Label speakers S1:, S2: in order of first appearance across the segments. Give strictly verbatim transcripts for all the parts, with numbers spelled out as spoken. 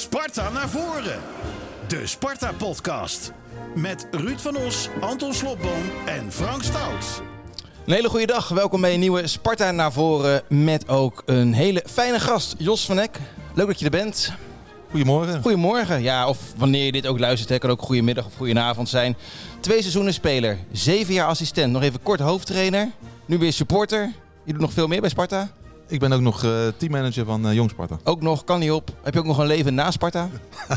S1: Sparta naar voren. De Sparta-podcast. Met Ruud van Os, Anton Slobboom en Frank Stout.
S2: Een hele goede dag. Welkom bij een nieuwe Sparta naar voren. Met ook een hele fijne gast, Jos van Eck. Leuk dat je er bent.
S3: Goedemorgen.
S2: Goedemorgen. Ja, of wanneer je dit ook luistert, hè, kan ook goedemiddag of goedenavond zijn. Twee seizoenen speler, zeven jaar assistent, nog even kort hoofdtrainer. Nu weer supporter. Je doet nog veel meer bij Sparta.
S3: Ik ben ook nog uh, teammanager van uh, Jong Sparta.
S2: Ook nog, kan niet op. Heb je ook nog een leven na Sparta?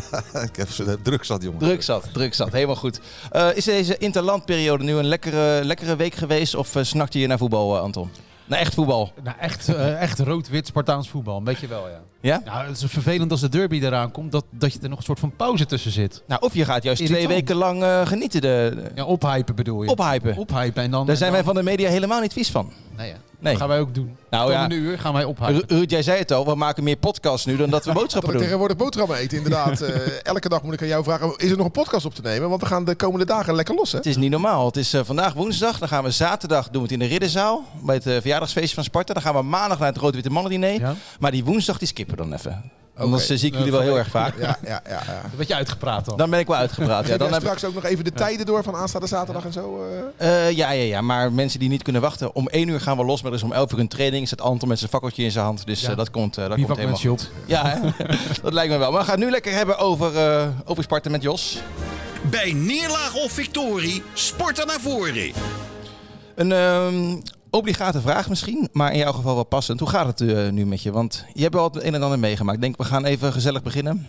S3: Ik heb uh, druk zat, jongen.
S2: Druk zat, druk zat. Helemaal goed. Uh, is deze interlandperiode nu een lekkere, lekkere week geweest of uh, snakt je hier naar voetbal, uh, Anton? Naar echt voetbal?
S4: Nou, echt, uh, echt rood-wit Spartaans voetbal. Een beetje wel, ja.
S2: Ja?
S4: Nou, het is vervelend als de derby eraan komt, dat, dat je er nog een soort van pauze tussen zit.
S2: Nou, of je gaat juist
S4: Irritant.
S2: twee weken lang uh, genieten. De, de...
S4: Ja, ophypen bedoel je?
S2: Ophypen.
S4: Ophypen en dan...
S2: Daar zijn
S4: en dan...
S2: wij van de media helemaal niet vies van.
S4: Nee, ja.
S2: Nee.
S4: Dat gaan wij ook doen.
S2: Nou,
S4: Komende
S2: ja.
S4: uur gaan wij ophypen.
S2: Ru- Ruud, jij zei het al, we maken meer podcasts nu dan dat we boodschappen
S5: dat we
S2: doen.
S5: tegenwoordig boterhammen eten, inderdaad. uh, elke dag moet ik aan jou vragen, is er nog een podcast op te nemen? Want we gaan de komende dagen lekker los, hè?
S2: Het is niet normaal. Het is uh, vandaag woensdag, dan gaan we zaterdag doen we het in de Ridderzaal. Bij het uh, verjaardagsfeestje van Sparta. Dan gaan we maandag naar het Rood-Witte Mannen-diner. Ja? Maar die woensdag die skippen dan even. Okay. Anders uh, zie ik jullie uh, wel heel erg vaak.
S5: Ja, ja, ja, ja.
S4: Een beetje uitgepraat dan.
S2: Dan ben ik wel uitgepraat. Ja, dan
S5: heb
S2: heb
S5: straks ook nog even de ja. tijden door van aanstaande zaterdag en zo? Uh...
S2: Uh, ja, ja, ja, maar mensen die niet kunnen wachten. Om één uur gaan we los, maar er is om elf uur een training. Zet Anton met zijn fakkeltje in zijn hand. Dus ja. uh, dat komt, uh, dat
S4: Wie
S2: komt helemaal goed.
S4: Op.
S2: Ja, dat lijkt me wel. Maar we gaan het nu lekker hebben over, uh, over Sparta met Jos.
S1: Bij neerlaag of victorie, Sparta naar voren.
S2: Een uh, obligate vraag misschien, maar in jouw geval wel passend. Hoe gaat het uh, nu met je? Want je hebt wel het een en ander meegemaakt. Ik denk, we gaan even gezellig beginnen.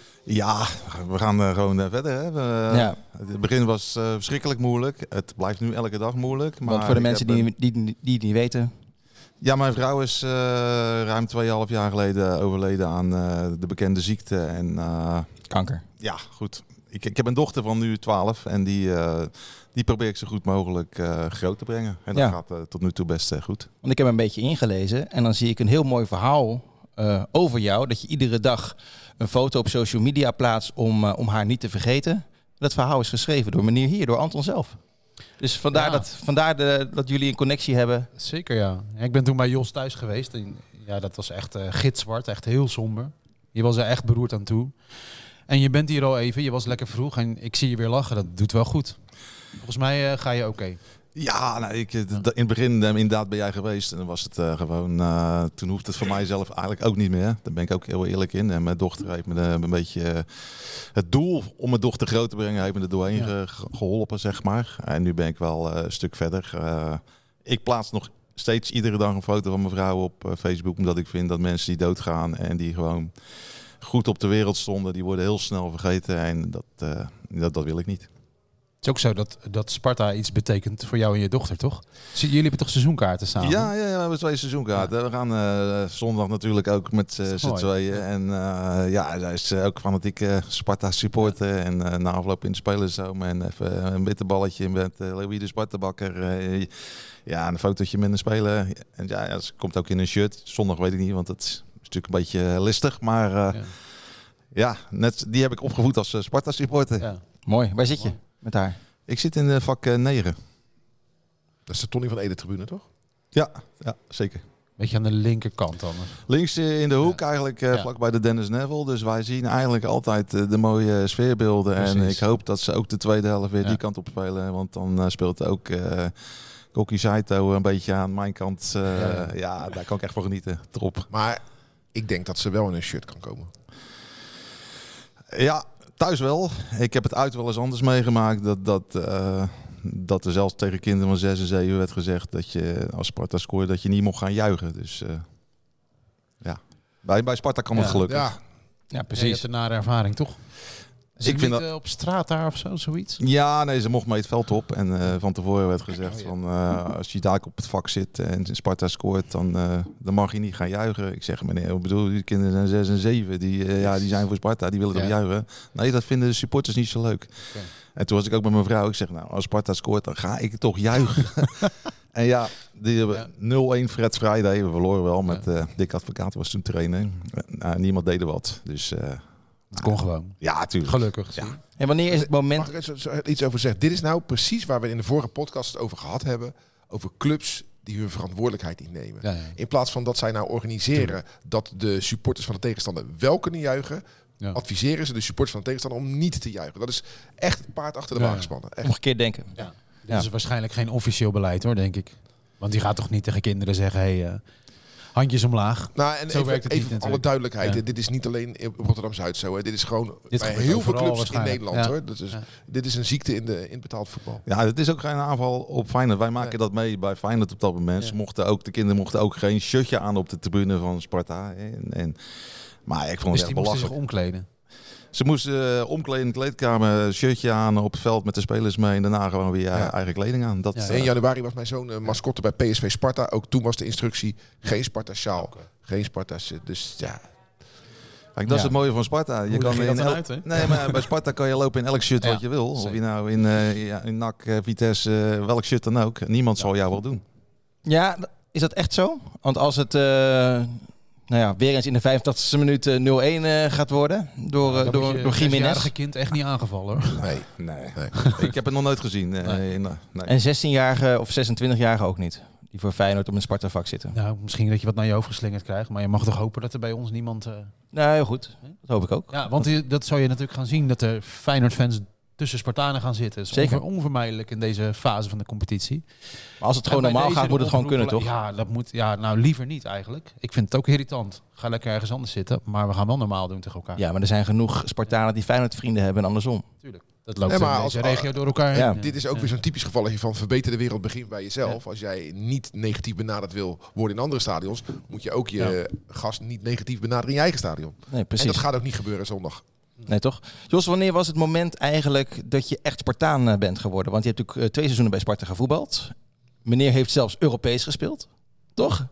S3: Ja, we gaan uh, gewoon uh, verder. Hè. We, ja. Het begin was uh, verschrikkelijk moeilijk. Het blijft nu elke dag moeilijk. Maar
S2: Want voor de mensen die, een... die, die, die het niet weten...
S3: Ja, mijn vrouw is uh, ruim tweeënhalf jaar geleden overleden aan uh, de bekende ziekte. En, uh,
S2: Kanker.
S3: Ja, goed. Ik, ik heb een dochter van nu twaalf en die, uh, die probeer ik zo goed mogelijk uh, groot te brengen. En dat ja. gaat uh, tot nu toe best uh, goed.
S2: Want ik heb een beetje ingelezen en dan zie ik een heel mooi verhaal uh, over jou. Dat je iedere dag een foto op social media plaatst om, uh, om haar niet te vergeten. Dat verhaal is geschreven door meneer hier, door Anton zelf. Dus vandaar, ja. dat, vandaar de, dat jullie een connectie hebben.
S4: Zeker, ja. Ik ben toen bij Jos thuis geweest. En ja, dat was echt uh, gitzwart, echt heel somber. Je was er echt beroerd aan toe. En je bent hier al even, je was lekker vroeg en ik zie je weer lachen. Dat doet wel goed. Volgens mij uh, ga je oké. Okay.
S3: Ja, nou, ik, in het begin uh, inderdaad ben jij geweest. En dan was het uh, gewoon, uh, toen hoeft het voor mijzelf eigenlijk ook niet meer. Daar ben ik ook heel eerlijk in. En mijn dochter heeft me uh, een beetje uh, het doel om mijn dochter groot te brengen, heeft me er doorheen ja. ge- geholpen, zeg maar. En nu ben ik wel uh, een stuk verder. Uh, ik plaats nog steeds iedere dag een foto van mijn vrouw op uh, Facebook, omdat ik vind dat mensen die doodgaan en die gewoon goed op de wereld stonden, die worden heel snel vergeten. En dat, uh, dat, dat wil ik niet.
S4: Het is ook zo dat, dat Sparta iets betekent voor jou en je dochter, toch? Jullie hebben toch seizoenkaarten samen?
S3: Ja, ja, ja, we hebben twee seizoenkaarten. Ja. We gaan uh, zondag natuurlijk ook met uh, z'n tweeën. Ja. En uh, ja, zij is uh, ook fanatiek uh, Sparta supporter. Ja. En uh, na afloop in de spelerzoom en even een bitterballetje met uh, Louis de Spartabakker. Uh, ja, een fotootje met een speler. En ja, ja, ze komt ook in een shirt. Zondag weet ik niet, want het is natuurlijk een beetje listig. Maar uh, ja. ja, net die heb ik opgevoed als uh, Sparta supporter. Ja.
S2: Mooi. Waar zit je? Met haar?
S3: Ik zit in de vak uh, negen.
S5: Dat is de Tony van Ede tribune, toch?
S3: Ja, ja, zeker.
S4: Beetje aan de linkerkant dan.
S3: Links uh, in de hoek, ja. eigenlijk uh, ja. vlakbij de Dennis Neville. Dus wij zien eigenlijk altijd uh, de mooie sfeerbeelden. Precies. En ik hoop dat ze ook de tweede helft weer ja. die kant op spelen. Want dan uh, speelt ook uh, Koki Saito een beetje aan mijn kant. Uh, ja. ja, daar kan ik echt voor genieten. Trop.
S5: Maar ik denk dat ze wel in een shirt kan komen.
S3: Ja, thuis wel. Ik heb het uit wel eens anders meegemaakt. Dat, dat, uh, dat er zelfs tegen kinderen van zes en zeven werd gezegd dat je als Sparta scoorde dat je niet mocht gaan juichen. Dus uh, ja, bij, bij Sparta kan ja. het gelukkig.
S4: Ja, ja precies. Ja, je hebt een nare ervaring, toch? Is ik vind niet, dat uh, op straat daar of zo, zoiets?
S3: Ja, nee, ze mocht mee het veld op. En uh, van tevoren werd gezegd oh, ja. van uh, als je daar op het vak zit en Sparta scoort, dan, uh, dan mag je niet gaan juichen. Ik zeg, meneer, ik bedoel, die kinderen zijn zes en zeven, die, uh, ja, die zijn voor Sparta, die willen ja. toch juichen. Nee, dat vinden de supporters niet zo leuk. Okay. En toen was ik ook met mijn vrouw, ik zeg, nou, als Sparta scoort, dan ga ik toch juichen. En ja, die hebben ja. nul een Fred Friday, we verloren wel met uh, Dick Advocaat was toen trainer. Uh, niemand deed er wat, dus... Uh,
S4: Het kon gewoon.
S3: Ja, tuurlijk.
S4: Gelukkig.
S3: Ja.
S2: En wanneer is het moment...
S5: Mag ik er iets over zeggen? Dit is nou precies waar we in de vorige podcast het over gehad hebben. Over clubs die hun verantwoordelijkheid niet nemen. Ja, ja. In plaats van dat zij nou organiseren Tuurlijk. dat de supporters van de tegenstander wel kunnen juichen, ja. adviseren ze de supporters van de tegenstander om niet te juichen. Dat is echt het paard achter de
S4: ja.
S5: wagen spannen. Echt.
S2: Omgekeerd denken.
S4: Ja. Dit
S2: Ja.
S4: is waarschijnlijk geen officieel beleid hoor, denk ik. Want die gaat toch niet tegen kinderen zeggen, hey, uh, handjes omlaag.
S5: Nou, en
S4: Zo
S5: even,
S4: werkt het
S5: even
S4: niet
S5: voor alle duidelijkheid.
S4: Ja.
S5: Dit is niet alleen in Rotterdam-Zuid zo. Hè. Dit is gewoon
S4: Dit
S5: bij
S4: gebeurt
S5: heel veel
S4: overal
S5: clubs in
S4: waarschijnlijk.
S5: Nederland.
S4: Ja.
S5: Hoor. Dat is,
S4: Ja.
S5: Dit is een ziekte in, de, in het betaald voetbal.
S3: Ja, het is ook geen aanval op Feyenoord. Wij maken
S5: Nee.
S3: dat mee bij Feyenoord op dat moment.
S4: Ja.
S3: Ze mochten ook, de kinderen mochten ook geen shirtje aan op de tribune van Sparta. En, en, maar ik vond
S4: Dus
S3: het
S4: die
S3: echt
S4: moesten zich
S3: belachelijk.
S4: omkleden.
S3: Ze moesten uh, omkleden in de kleedkamer, shirtje aan op het veld met de spelers mee. En daarna gewoon weer uh,
S5: Ja.
S3: eigen kleding aan. Dat,
S4: Ja,
S3: uh,
S5: In januari was mijn zoon uh, mascotte bij P S V Sparta. Ook toen was de instructie geen Sparta-sjaal. Okay. Geen Sparta. Dus ja...
S3: Kijk, dat
S4: Ja.
S3: is het mooie van Sparta. Je
S4: Hoe
S3: kan
S4: leg je
S3: in
S4: dat dan
S3: el-
S4: uit, hè?
S3: Nee, maar bij Sparta kan je lopen in elk shirt
S4: Ja,
S3: wat je wil. Of
S4: zeker.
S3: je nou in, uh, ja, in N A C, uh, Vitesse, uh, welk shirt dan ook. Niemand
S4: Ja.
S3: zal jou wel doen.
S2: Ja, is dat echt zo? Want als het uh, nou ja, weer eens in de vijfentachtigste minuut uh, nul-een uh, gaat worden door, uh,
S4: Dan
S2: door,
S4: moet je
S2: door
S4: een
S2: Jiménez.
S4: zesjarige kind echt niet aangevallen hoor.
S5: Nee.
S3: Nee.
S5: nee.
S3: Ik heb het nog nooit gezien. Uh,
S4: Nee.
S3: in, uh, nee.
S2: En zestienjarige of zesentwintigjarige ook niet. Die voor Feyenoord op een Sparta-vak zitten.
S4: Nou, misschien dat je wat naar je hoofd geslingerd krijgt. Maar je mag toch hopen dat er bij ons niemand... Uh...
S2: Nou, heel goed. Dat hoop ik ook.
S4: Ja, want die, dat zou je natuurlijk gaan zien. Dat er Feyenoord-fans tussen Spartanen gaan zitten. Dat is
S2: Zeker.
S4: onver, onvermijdelijk in deze fase van de competitie.
S2: Maar als het gewoon
S4: En bij
S2: normaal
S4: deze
S2: gaat, moet
S4: de
S2: het gewoon kunnen,
S4: oproep-
S2: toch?
S4: Ja, dat moet, ja, nou liever niet eigenlijk. Ik vind het ook irritant. Ga lekker ergens anders zitten. Maar we gaan wel normaal doen tegen elkaar.
S2: Ja, maar er zijn genoeg Spartanen die Feyenoord-vrienden hebben en andersom.
S4: Tuurlijk. Dat loopt
S5: Nee, maar
S4: in
S5: als-
S4: deze regio door elkaar
S2: Ja.
S4: heen.
S5: Dit is ook
S4: Ja.
S5: weer zo'n typisch gevalletje van verbeter de wereld begin bij jezelf. Als jij niet negatief benaderd wil worden in andere stadions, moet je ook je gast niet negatief benaderen in je eigen stadion.
S2: Nee,
S5: En
S2: precies.
S5: dat gaat ook niet gebeuren zondag.
S2: Nee, toch? Jos, wanneer was het moment eigenlijk dat je echt Spartaan uh, bent geworden? Want je hebt natuurlijk uh, twee seizoenen bij Sparta gevoetbald. Meneer heeft zelfs Europees gespeeld. Toch?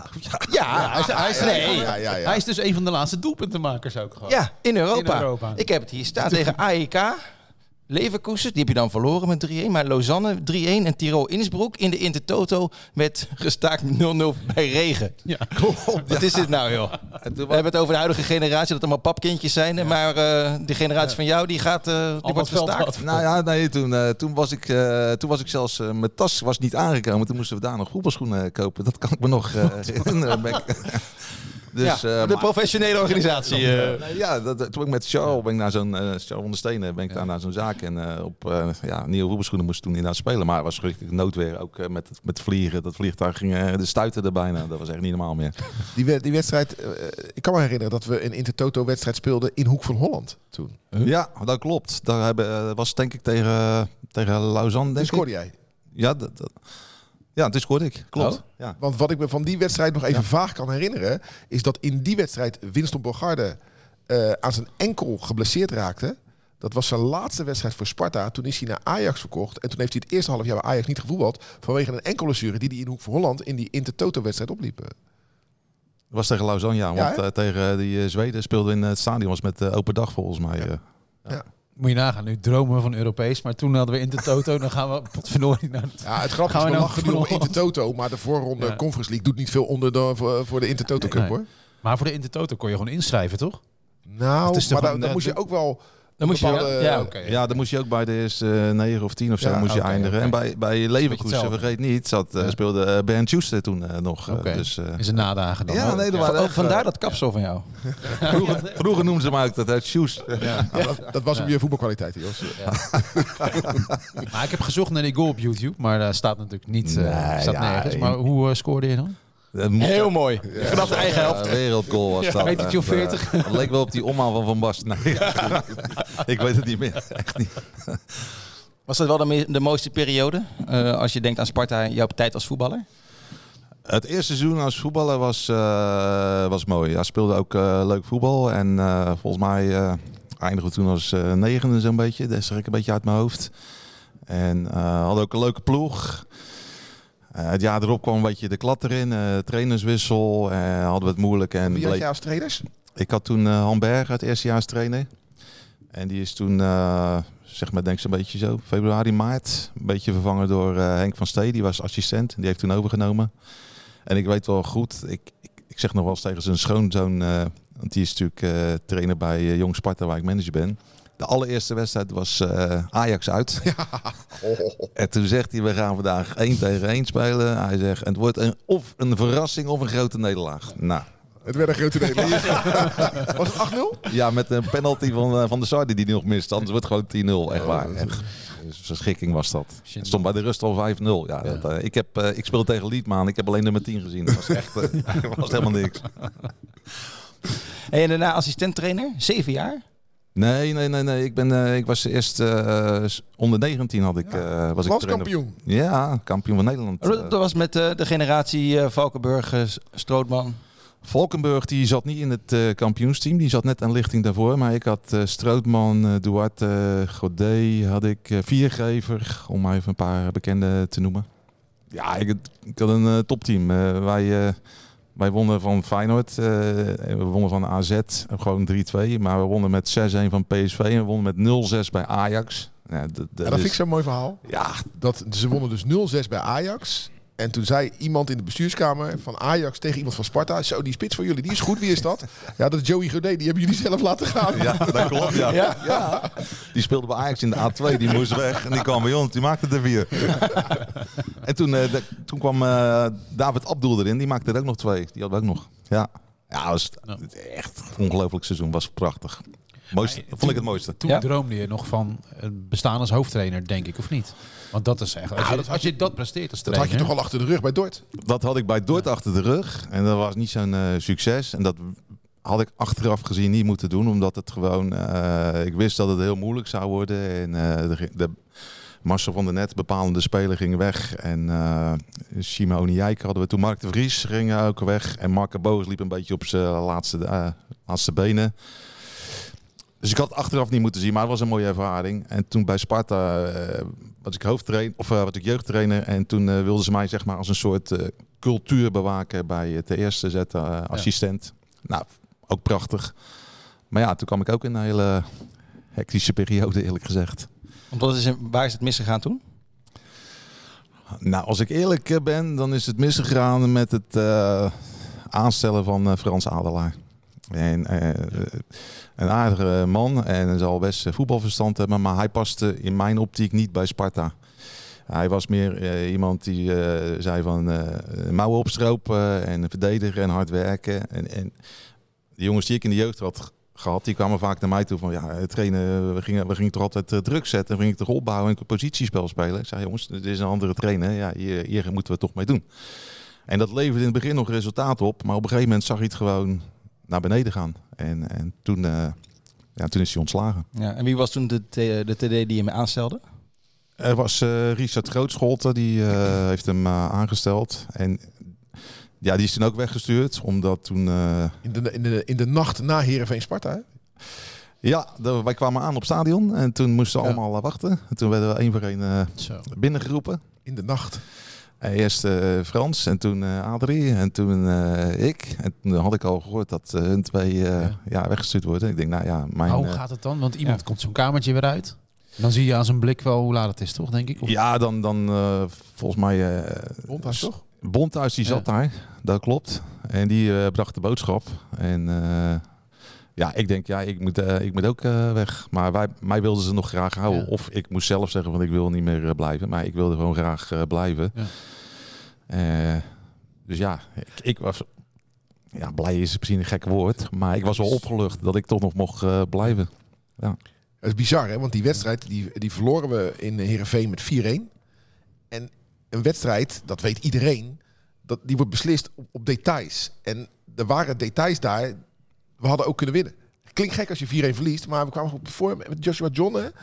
S2: Ja, hij is, hij is, nee.
S5: Ja, ja, ja.
S4: Hij is dus een van de laatste doelpuntenmakers ook gewoon.
S2: Ja, in Europa.
S4: In Europa.
S2: Ik heb het hier staan tegen A E K. Leverkusen, die heb je dan verloren met drie-een. Maar Lausanne drie-een en Tirol Innsbruck in de Intertoto met gestaakt nul-nul bij regen.
S4: Ja.
S2: Wat is dit nou, joh? We hebben het over de huidige generatie, dat allemaal papkindjes zijn. Ja. Maar uh, die generatie ja. van jou, die, gaat, uh, die wordt gestaakt.
S3: Nou ja, nee, toen, uh, toen, was ik, uh, toen was ik zelfs... Uh, mijn tas was niet aangekomen. Toen moesten we daar nog voetbalschoenen kopen. Dat kan ik me nog uh, herinneren.
S2: Dus, ja, uh, de professionele maar, organisatie. Uh.
S3: Uh, ja, dat, toen ik met Charles ben ik naar zo'n uh, Charles van der Stenen ben ik ja. daar naar zo'n zaak en uh, op uh, ja, nieuwe voetbalschoenen moest toen inderdaad spelen, maar het was schrikkelijk noodweer ook uh, met met vliegen. Dat vliegtuig ging uh, de stuiten er bijna. Dat was echt niet normaal meer.
S5: Die, die wedstrijd, uh, ik kan me herinneren dat we een Intertoto wedstrijd speelden in Hoek van Holland toen.
S3: Huh? Ja, dat klopt. Daar hebben, uh, was denk ik tegen tegen Lausanne.
S5: Dus scoorde jij?
S3: Ja, dat. dat Ja, het is scoorde ik. Klopt.
S2: Oh.
S3: Ja.
S5: Want wat ik me van die wedstrijd nog even ja. vaag kan herinneren, is dat in die wedstrijd Winston Bogarde uh, aan zijn enkel geblesseerd raakte. Dat was zijn laatste wedstrijd voor Sparta. Toen is hij naar Ajax verkocht. En toen heeft hij het eerste half jaar bij Ajax niet gevoetbald vanwege een enkel blessure die hij in Hoek van Holland in die Intertoto-wedstrijd opliep.
S3: Dat was tegen Lausanne, ja. Want ja, uh, tegen die uh, Zweden speelde in het stadion was met uh, open dag volgens mij.
S5: Ja.
S3: Uh.
S5: Ja.
S4: Moet je nagaan, nu dromen we van Europees, maar toen hadden we Intertoto, dan gaan we potverdorie naar het...
S5: Ja, het grappige is, we nou lachen nu om Intertoto, maar de voorronde ja. Conference League doet niet veel onder de, voor, voor de Intertoto Cup, nee. hoor.
S4: Maar voor de Intertoto kon je gewoon inschrijven, toch?
S5: Nou, maar dan, dan moest je ook wel...
S2: Dan moest je,
S5: bepaalde,
S2: ja, ja, okay.
S3: ja, dan moest je ook bij de eerste uh, negen of tien of zo ja, moest je okay, eindigen. Okay. En bij, bij Leverkusen, vergeet niet, zat, uh, speelde uh, Bernd Schuster toen uh, nog. Uh,
S4: okay.
S3: dus, uh,
S4: in zijn nadagen dan.
S2: Ja, nee, ja. Ook vandaar dat kapsel van jou.
S3: vroeger, vroeger noemden ze me ook dat uit Schuster.
S5: Ja. Ja, dat, dat was ja. om je voetbalkwaliteit, Jos. Ja.
S4: Maar ik heb gezocht naar die goal op YouTube, maar daar staat natuurlijk niet uh, nee, staat ja, nergens. Maar hoe uh, scoorde je dan?
S2: Heel mooi. Ja. Vanaf de eigen helft.
S3: Ja, wereldgoal was
S4: ja,
S3: dat.
S4: Weet je veertig?
S3: Het leek wel op die omhaal van Van Basten. Nee, ja. Ik weet het niet meer. Echt niet.
S2: Was dat wel de, me- de mooiste periode? Uh, als je denkt aan Sparta, jouw tijd als voetballer?
S3: Het eerste seizoen als voetballer was, uh, was mooi. Ja, speelde ook uh, leuk voetbal. En uh, volgens mij uh, eindigen we toen als uh, negende zo'n beetje. Dat is er ik een beetje uit mijn hoofd. En uh, hadden ook een leuke ploeg. Uh, het jaar erop kwam een beetje de klad erin, uh, trainerswissel, uh, hadden we het moeilijk. En
S5: wie had jij als trainers?
S3: Ik had toen uh, Han Berg, het eerstejaars-trainer. En die is toen, uh, zeg maar denk ik zo'n beetje zo, februari, maart, een beetje vervangen door uh, Henk van Stee. Die was assistent, die heeft toen overgenomen. En ik weet wel goed, ik, ik, ik zeg nog wel eens tegen zijn schoonzoon, uh, want die is natuurlijk uh, trainer bij uh, Jong Sparta, waar ik manager ben. De allereerste wedstrijd was uh, Ajax uit. Ja. Oh. En toen zegt hij, we gaan vandaag één tegen één spelen. Hij zegt, het wordt een, of een verrassing of een grote nederlaag. Nou,
S5: Het werd een grote Nederland. Was het acht nul?
S3: Ja, met een penalty van, uh, van de Sardi die die nog mist. Anders wordt het gewoon tien nul. Echt waar. Echt. Verschrikking was dat. Het stond bij de rust al vijf nul. Ja,
S4: Ja.
S3: dat, uh, ik, heb, uh, ik speel tegen Liedmaan. Ik heb alleen nummer tien gezien. Dat was echt uh, was helemaal niks.
S2: Hey, en daarna assistent-trainer, zeven jaar.
S3: Nee, nee, nee. nee. Ik, ben, uh, ik was eerst uh, onder negentien had ik, uh, was ik trainer.
S5: Landskampioen.
S3: Ja, kampioen van Nederland.
S2: Dat, dat was met uh, de generatie uh, Valkenburg, uh, Strootman.
S3: Valkenburg die zat niet in het uh, kampioensteam. Die zat net een lichting daarvoor. Maar ik had uh, Strootman, uh, Duarte, uh, Godet, had ik uh, Viergever. Om maar even een paar bekende te noemen. Ja, ik, ik had een uh, topteam. Uh, wij, uh, wij wonnen van Feyenoord. Uh, we wonnen van A Z. Uh, gewoon drie twee. Maar we wonnen met zes een van P S V. En we wonnen met nul zes bij Ajax. Ja, d- d-
S5: Ja, dat
S3: dus-
S5: vind ik zo'n mooi verhaal.
S3: Ja,
S5: Dat, ze wonnen dus nul zes bij Ajax. En toen zei iemand in de bestuurskamer van Ajax tegen iemand van Sparta... Zo, die spits voor jullie, die is goed. Wie is dat? Ja, dat is Joey Godet. Die hebben jullie zelf laten gaan.
S3: ja, dat klopt. Ja.
S2: Ja.
S3: Ja. Die speelde bij Ajax in de A twee. Die moest weg. En die kwam bij ons. Die maakte er vier. En toen, uh, de, toen kwam uh, David Abdul erin. Die maakte er ook nog twee. Die hadden we ook nog. Ja, ja dat was
S4: Ja.
S3: echt een ongelooflijk seizoen. Was prachtig. Mooiste,
S4: Maar
S3: dat vond ik het mooiste.
S4: Toen
S2: Ja.
S4: droomde je nog van het bestaan als hoofdtrainer, denk ik, of niet? Want dat is echt... Als,
S5: Ja,
S4: je,
S5: dat had
S4: als je dat presteert als
S5: Dat had
S4: trainer...
S5: je toch al achter de rug bij Dort?
S3: Dat had ik bij Dort achter de rug. En dat was niet zo'n uh, succes. En dat had ik achteraf gezien niet moeten doen. Omdat het gewoon... Uh, ik wist dat het heel moeilijk zou worden. En uh, de, de Marcel van der Net, bepalende speler, ging weg. En uh, Shima Oniaika hadden we toen. Mark de Vries ging ook weg. En Marco Boos liep een beetje op zijn laatste, uh, laatste benen. Dus ik had het achteraf niet moeten zien, maar het was een mooie ervaring. En toen bij Sparta uh, was ik hoofdtrainer, of uh, was ik jeugdtrainer. En toen uh, wilden ze mij zeg maar als een soort uh, cultuurbewaker bij het eerste zetten, uh, assistent. Nou, ook prachtig. Maar ja, toen kwam ik ook in een hele hectische periode, eerlijk gezegd.
S2: Want wat is, waar is het misgegaan toen?
S3: Nou, als ik eerlijk ben, dan is het misgegaan met het uh, aanstellen van uh, Frans Adelaar. En, uh, een aardige man en hij zal best voetbalverstand hebben, maar hij paste in mijn optiek niet bij Sparta. Hij was meer uh, iemand die uh, zei van uh, mouwen opstropen en verdedigen en hard werken. En, en de jongens die ik in de jeugd had gehad, die kwamen vaak naar mij toe van ja, trainen, we gingen, we gingen toch altijd uh, druk zetten, we gingen toch opbouwen en positiespel spelen. Ik zei jongens, dit is een andere trainer, ja, hier, hier moeten we het toch mee doen. En dat leverde in het begin nog resultaat op, maar op een gegeven moment zag je het gewoon naar beneden gaan. En, en toen, uh, ja, toen is hij ontslagen.
S2: Ja, en wie was toen de, de T D die hem aanstelde?
S3: Er was uh, Richard Grootscholte, die uh, heeft hem uh, aangesteld. En ja, die is toen ook weggestuurd, omdat toen... Uh,
S5: In de, in, de, in de nacht na Heerenveen Sparta, hè?
S3: ja, de, wij kwamen aan op het stadion en toen moesten we
S5: Ja.
S3: allemaal uh, wachten. En toen werden we één voor één uh,
S4: Zo.
S3: binnengeroepen.
S5: In de nacht.
S3: Eerst uh, Frans en toen uh, Adrie en toen uh, ik. En toen had ik al gehoord dat uh, hun twee uh,
S4: Ja.
S3: ja, weggestuurd worden. Ik denk, nou ja, mijn...
S4: Hoe
S3: uh,
S4: gaat het dan? Want iemand
S2: Ja.
S4: komt zo'n kamertje weer uit. Dan zie je aan zijn blik wel hoe laat het is, toch, denk ik? Of...
S3: ja, dan, dan uh, volgens mij... Uh,
S5: Bondhuis, toch?
S3: Bondhuis die zat
S4: Ja.
S3: daar, dat klopt. En die uh, bracht de boodschap. En uh, ja, ik denk, ja, ik moet, uh, ik moet ook uh, weg. Maar wij, mij wilden ze nog graag houden.
S4: Ja.
S3: Of ik moest zelf zeggen, van ik wil niet meer uh, blijven. Maar ik wilde gewoon graag uh, blijven.
S4: Ja.
S3: Uh, dus ja, ik, ik was... Ja, blij is misschien een gek woord. Maar ik was wel opgelucht dat ik toch nog mocht uh, blijven. Ja.
S5: Dat is bizar, hè? Want die wedstrijd die, die verloren we in Heerenveen met vier een. En een wedstrijd, dat weet iedereen, dat, die wordt beslist op, op details. En er waren details daar, we hadden ook kunnen winnen. Klinkt gek als je vier een verliest, maar we kwamen op voor met Joshua John. Hè?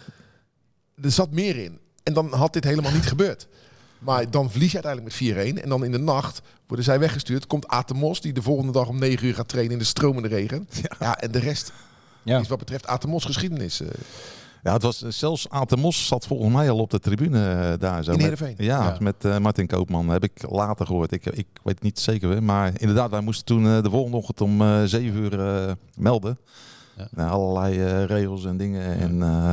S5: Er zat meer in. En dan had dit helemaal niet gebeurd. Maar dan verlies je uiteindelijk met vier een. En dan in de nacht worden zij weggestuurd. Komt Atemos, die de volgende dag om negen uur gaat trainen in de stromende regen. Ja, ja en de rest
S2: Ja.
S5: is wat betreft Atemos geschiedenis. Uh,
S3: Ja, het was zelfs Atemos zat volgens mij al op de tribune uh, daar. Zo
S5: In
S3: met,
S5: Heerenveen?
S3: ja,
S4: Ja.
S3: met uh, Martin Koopman. Heb ik later gehoord. Ik, ik weet het niet zeker meer. Maar inderdaad, wij moesten toen uh, de volgende ochtend om uh, zeven uur uh, melden.
S4: Ja.
S3: Nou, allerlei uh, regels en dingen. Ja. En uh,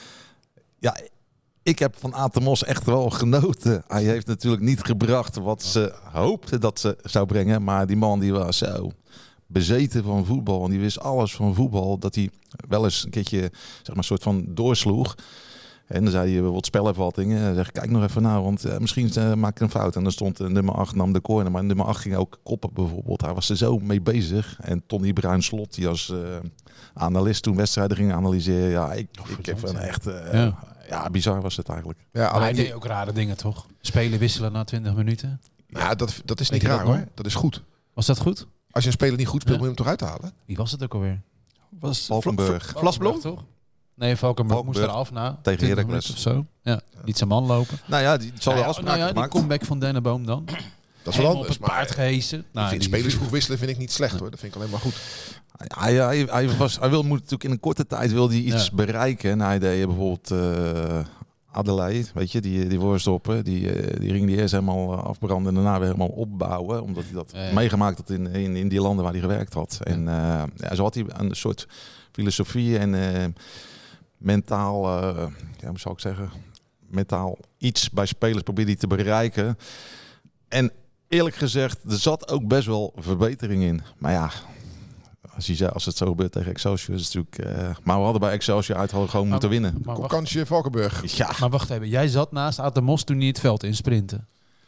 S3: ja, ik heb van Atemos echt wel genoten. Hij heeft natuurlijk niet gebracht wat ze hoopten dat ze zou brengen. Maar die man die was zo bezeten van voetbal. En die wist alles van voetbal. Dat hij wel eens een keertje zeg maar, een soort van doorsloeg. En dan zei hij bijvoorbeeld spelervattingen. En dan zeg ik, kijk nog even naar, want uh, misschien uh, maak ik een fout. En dan stond uh, nummer acht nam de corner, maar nummer acht ging ook koppen bijvoorbeeld. Hij was er zo mee bezig. En Tony Bruin-Slot, die als uh, analist toen wedstrijden ging analyseren. Ja, ik, oh, ik heb een echt... Uh, ja. ja, bizar was het eigenlijk.
S5: Ja,
S4: maar hij deed ook rare dingen, toch? Spelen wisselen na twintig minuten.
S5: Ja, dat, dat is niet raar, hoor. Dat is goed.
S4: Was dat goed?
S5: Als je een speler niet goed speelt,
S4: ja.
S5: moet je hem toch uithalen?
S4: Wie was het ook alweer?
S3: Was Valkenburg.
S2: Vlasblom,
S4: toch? Nee, Valkenburg moest eraf na
S3: tegen Heracles
S4: of zo. Ja, niet zijn man lopen.
S3: Nou ja, die zal
S4: nou
S3: de
S4: ja,
S3: afspraak
S4: nou ja,
S3: gemaakt.
S4: Die comeback van Denneboom dan.
S5: Dat is wel anders.
S4: Op het paard gehesen.
S5: Nou, vind spelers vroeg wisselen vind ik niet slecht, hoor. Dat vind ik alleen maar goed.
S3: Hij, hij, hij, was, hij wil moet natuurlijk in een korte tijd wil hij iets ja. bereiken. En hij deed bijvoorbeeld uh, Adelaide, weet je, die, die voorstopper. Die, uh, die ging die eerst helemaal afbranden en daarna weer helemaal opbouwen. Omdat hij dat ja, ja. meegemaakt had in, in, in die landen waar hij gewerkt had. En uh, ja, zo had hij een soort filosofie en uh, mentaal, uh, ja, hoe zou ik zeggen, mentaal iets bij spelers probeerde hij te bereiken. En eerlijk gezegd, er zat ook best wel verbetering in. Maar ja, als, je, als het zo gebeurt tegen Excelsior is het natuurlijk... Uh, maar we hadden bij Excelsior uit gewoon maar, moeten winnen.
S5: Maar kansje Valkenburg.
S4: Ja. Maar wacht even, jij zat naast Atemos toen hij het veld in sprinten.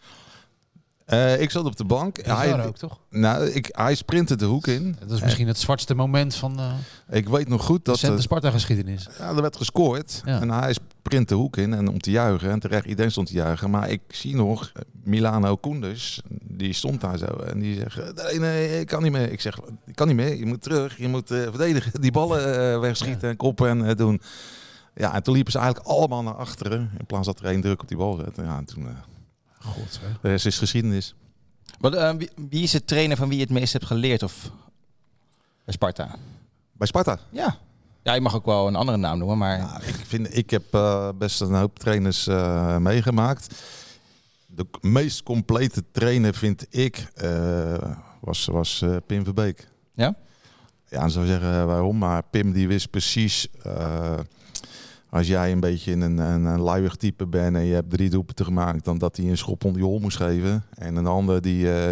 S3: Uh, ik zat op de bank.
S4: Dat is hij ook, toch?
S3: Nou, ik, hij sprintte de hoek in.
S4: Dat is misschien het zwartste moment van uh,
S3: ik weet nog goed dat
S4: de Sparta-geschiedenis.
S3: Ja, er werd gescoord. Ja. En hij sprint de hoek in en om te juichen. En terecht, iedereen stond te juichen. Maar ik zie nog Milano Koenders, die stond daar zo. En die zegt, nee, nee, ik kan niet meer. Ik zeg, ik kan niet meer. Je moet terug, je moet uh, verdedigen. Die ballen uh, wegschieten ja. en koppen en uh, doen. Ja, en toen liepen ze eigenlijk allemaal naar achteren. In plaats dat er één druk op die bal zette. Ja, en toen... Uh,
S4: God, hè?
S3: De rest is geschiedenis.
S2: Wat, uh, wie, wie is het trainer van wie je het meest hebt geleerd? Of bij Sparta?
S3: Bij Sparta?
S2: Ja. Ja, je mag ook wel een andere naam noemen, maar...
S3: Ja, ik, vind, ik heb uh, best een hoop trainers uh, meegemaakt. De meest complete trainer vind ik uh, was, was uh, Pim Verbeek.
S2: Ja?
S3: Ja, en zou zeggen waarom, maar Pim die wist precies... Uh, als jij een beetje een, een, een luiig type bent en je hebt drie doelpunten gemaakt, dan dat hij een schop onder je hol moest geven. En een ander die, uh,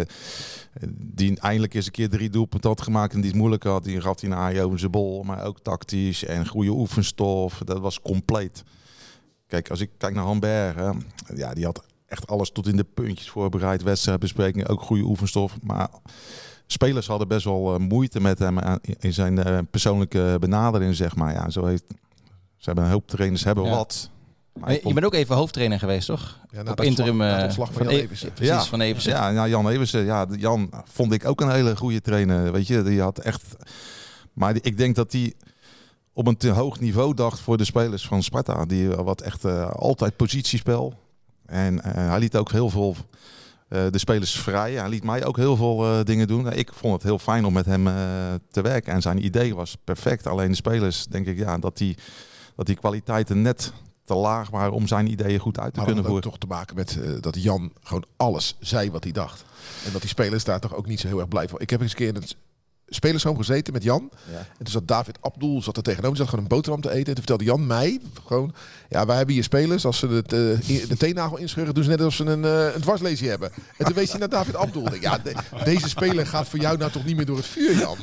S3: die eindelijk eens een keer drie doelpunten had gemaakt en die het moeilijk had, die gaf hij een aai over zijn bol. Maar ook tactisch en goede oefenstof. Dat was compleet. Kijk, als ik kijk naar Hamberg, ja, die had echt alles tot in de puntjes voorbereid. Wedstrijdbesprekingen, ook goede oefenstof. Maar spelers hadden best wel uh, moeite met hem in zijn uh, persoonlijke benadering, zeg maar. Ja, zo heeft... Ze hebben een hoop trainers, hebben ja. wat.
S2: Je vond... bent ook even hoofdtrainer geweest, toch?
S5: Ja,
S2: op interim uh,
S5: van Jan Eversen.
S2: Precies, ja. van Eversen.
S3: Ja, ja, Jan Eversen. Ja, Jan vond ik ook een hele goede trainer. Weet je, die had echt... Maar ik denk dat hij op een te hoog niveau dacht voor de spelers van Sparta. Die wat echt uh, altijd positiespel. En uh, hij liet ook heel veel... Uh, de spelers vrij. Hij liet mij ook heel veel uh, dingen doen. Ik vond het heel fijn om met hem uh, te werken. En zijn idee was perfect. Alleen de spelers, denk ik, ja, dat die... dat die kwaliteiten net te laag waren om zijn ideeën goed uit te
S5: maar
S3: kunnen voeren.
S5: Maar dat had toch te maken met uh, dat Jan gewoon alles zei wat hij dacht. En dat die spelers daar toch ook niet zo heel erg blij van. Ik heb eens een keer in het spelersroom gezeten met Jan. Ja. En toen zat David Abdul, zat er tegenover, die zat gewoon een boterham te eten. En toen vertelde Jan mij gewoon, ja, wij hebben hier spelers, als ze het, uh, de teennagel inscheuren, doen ze net alsof ze een, uh, een dwarslesie hebben. En toen wees hij naar David Abdul. Denk, ja, de, deze speler gaat voor jou nou toch niet meer door het vuur, Jan.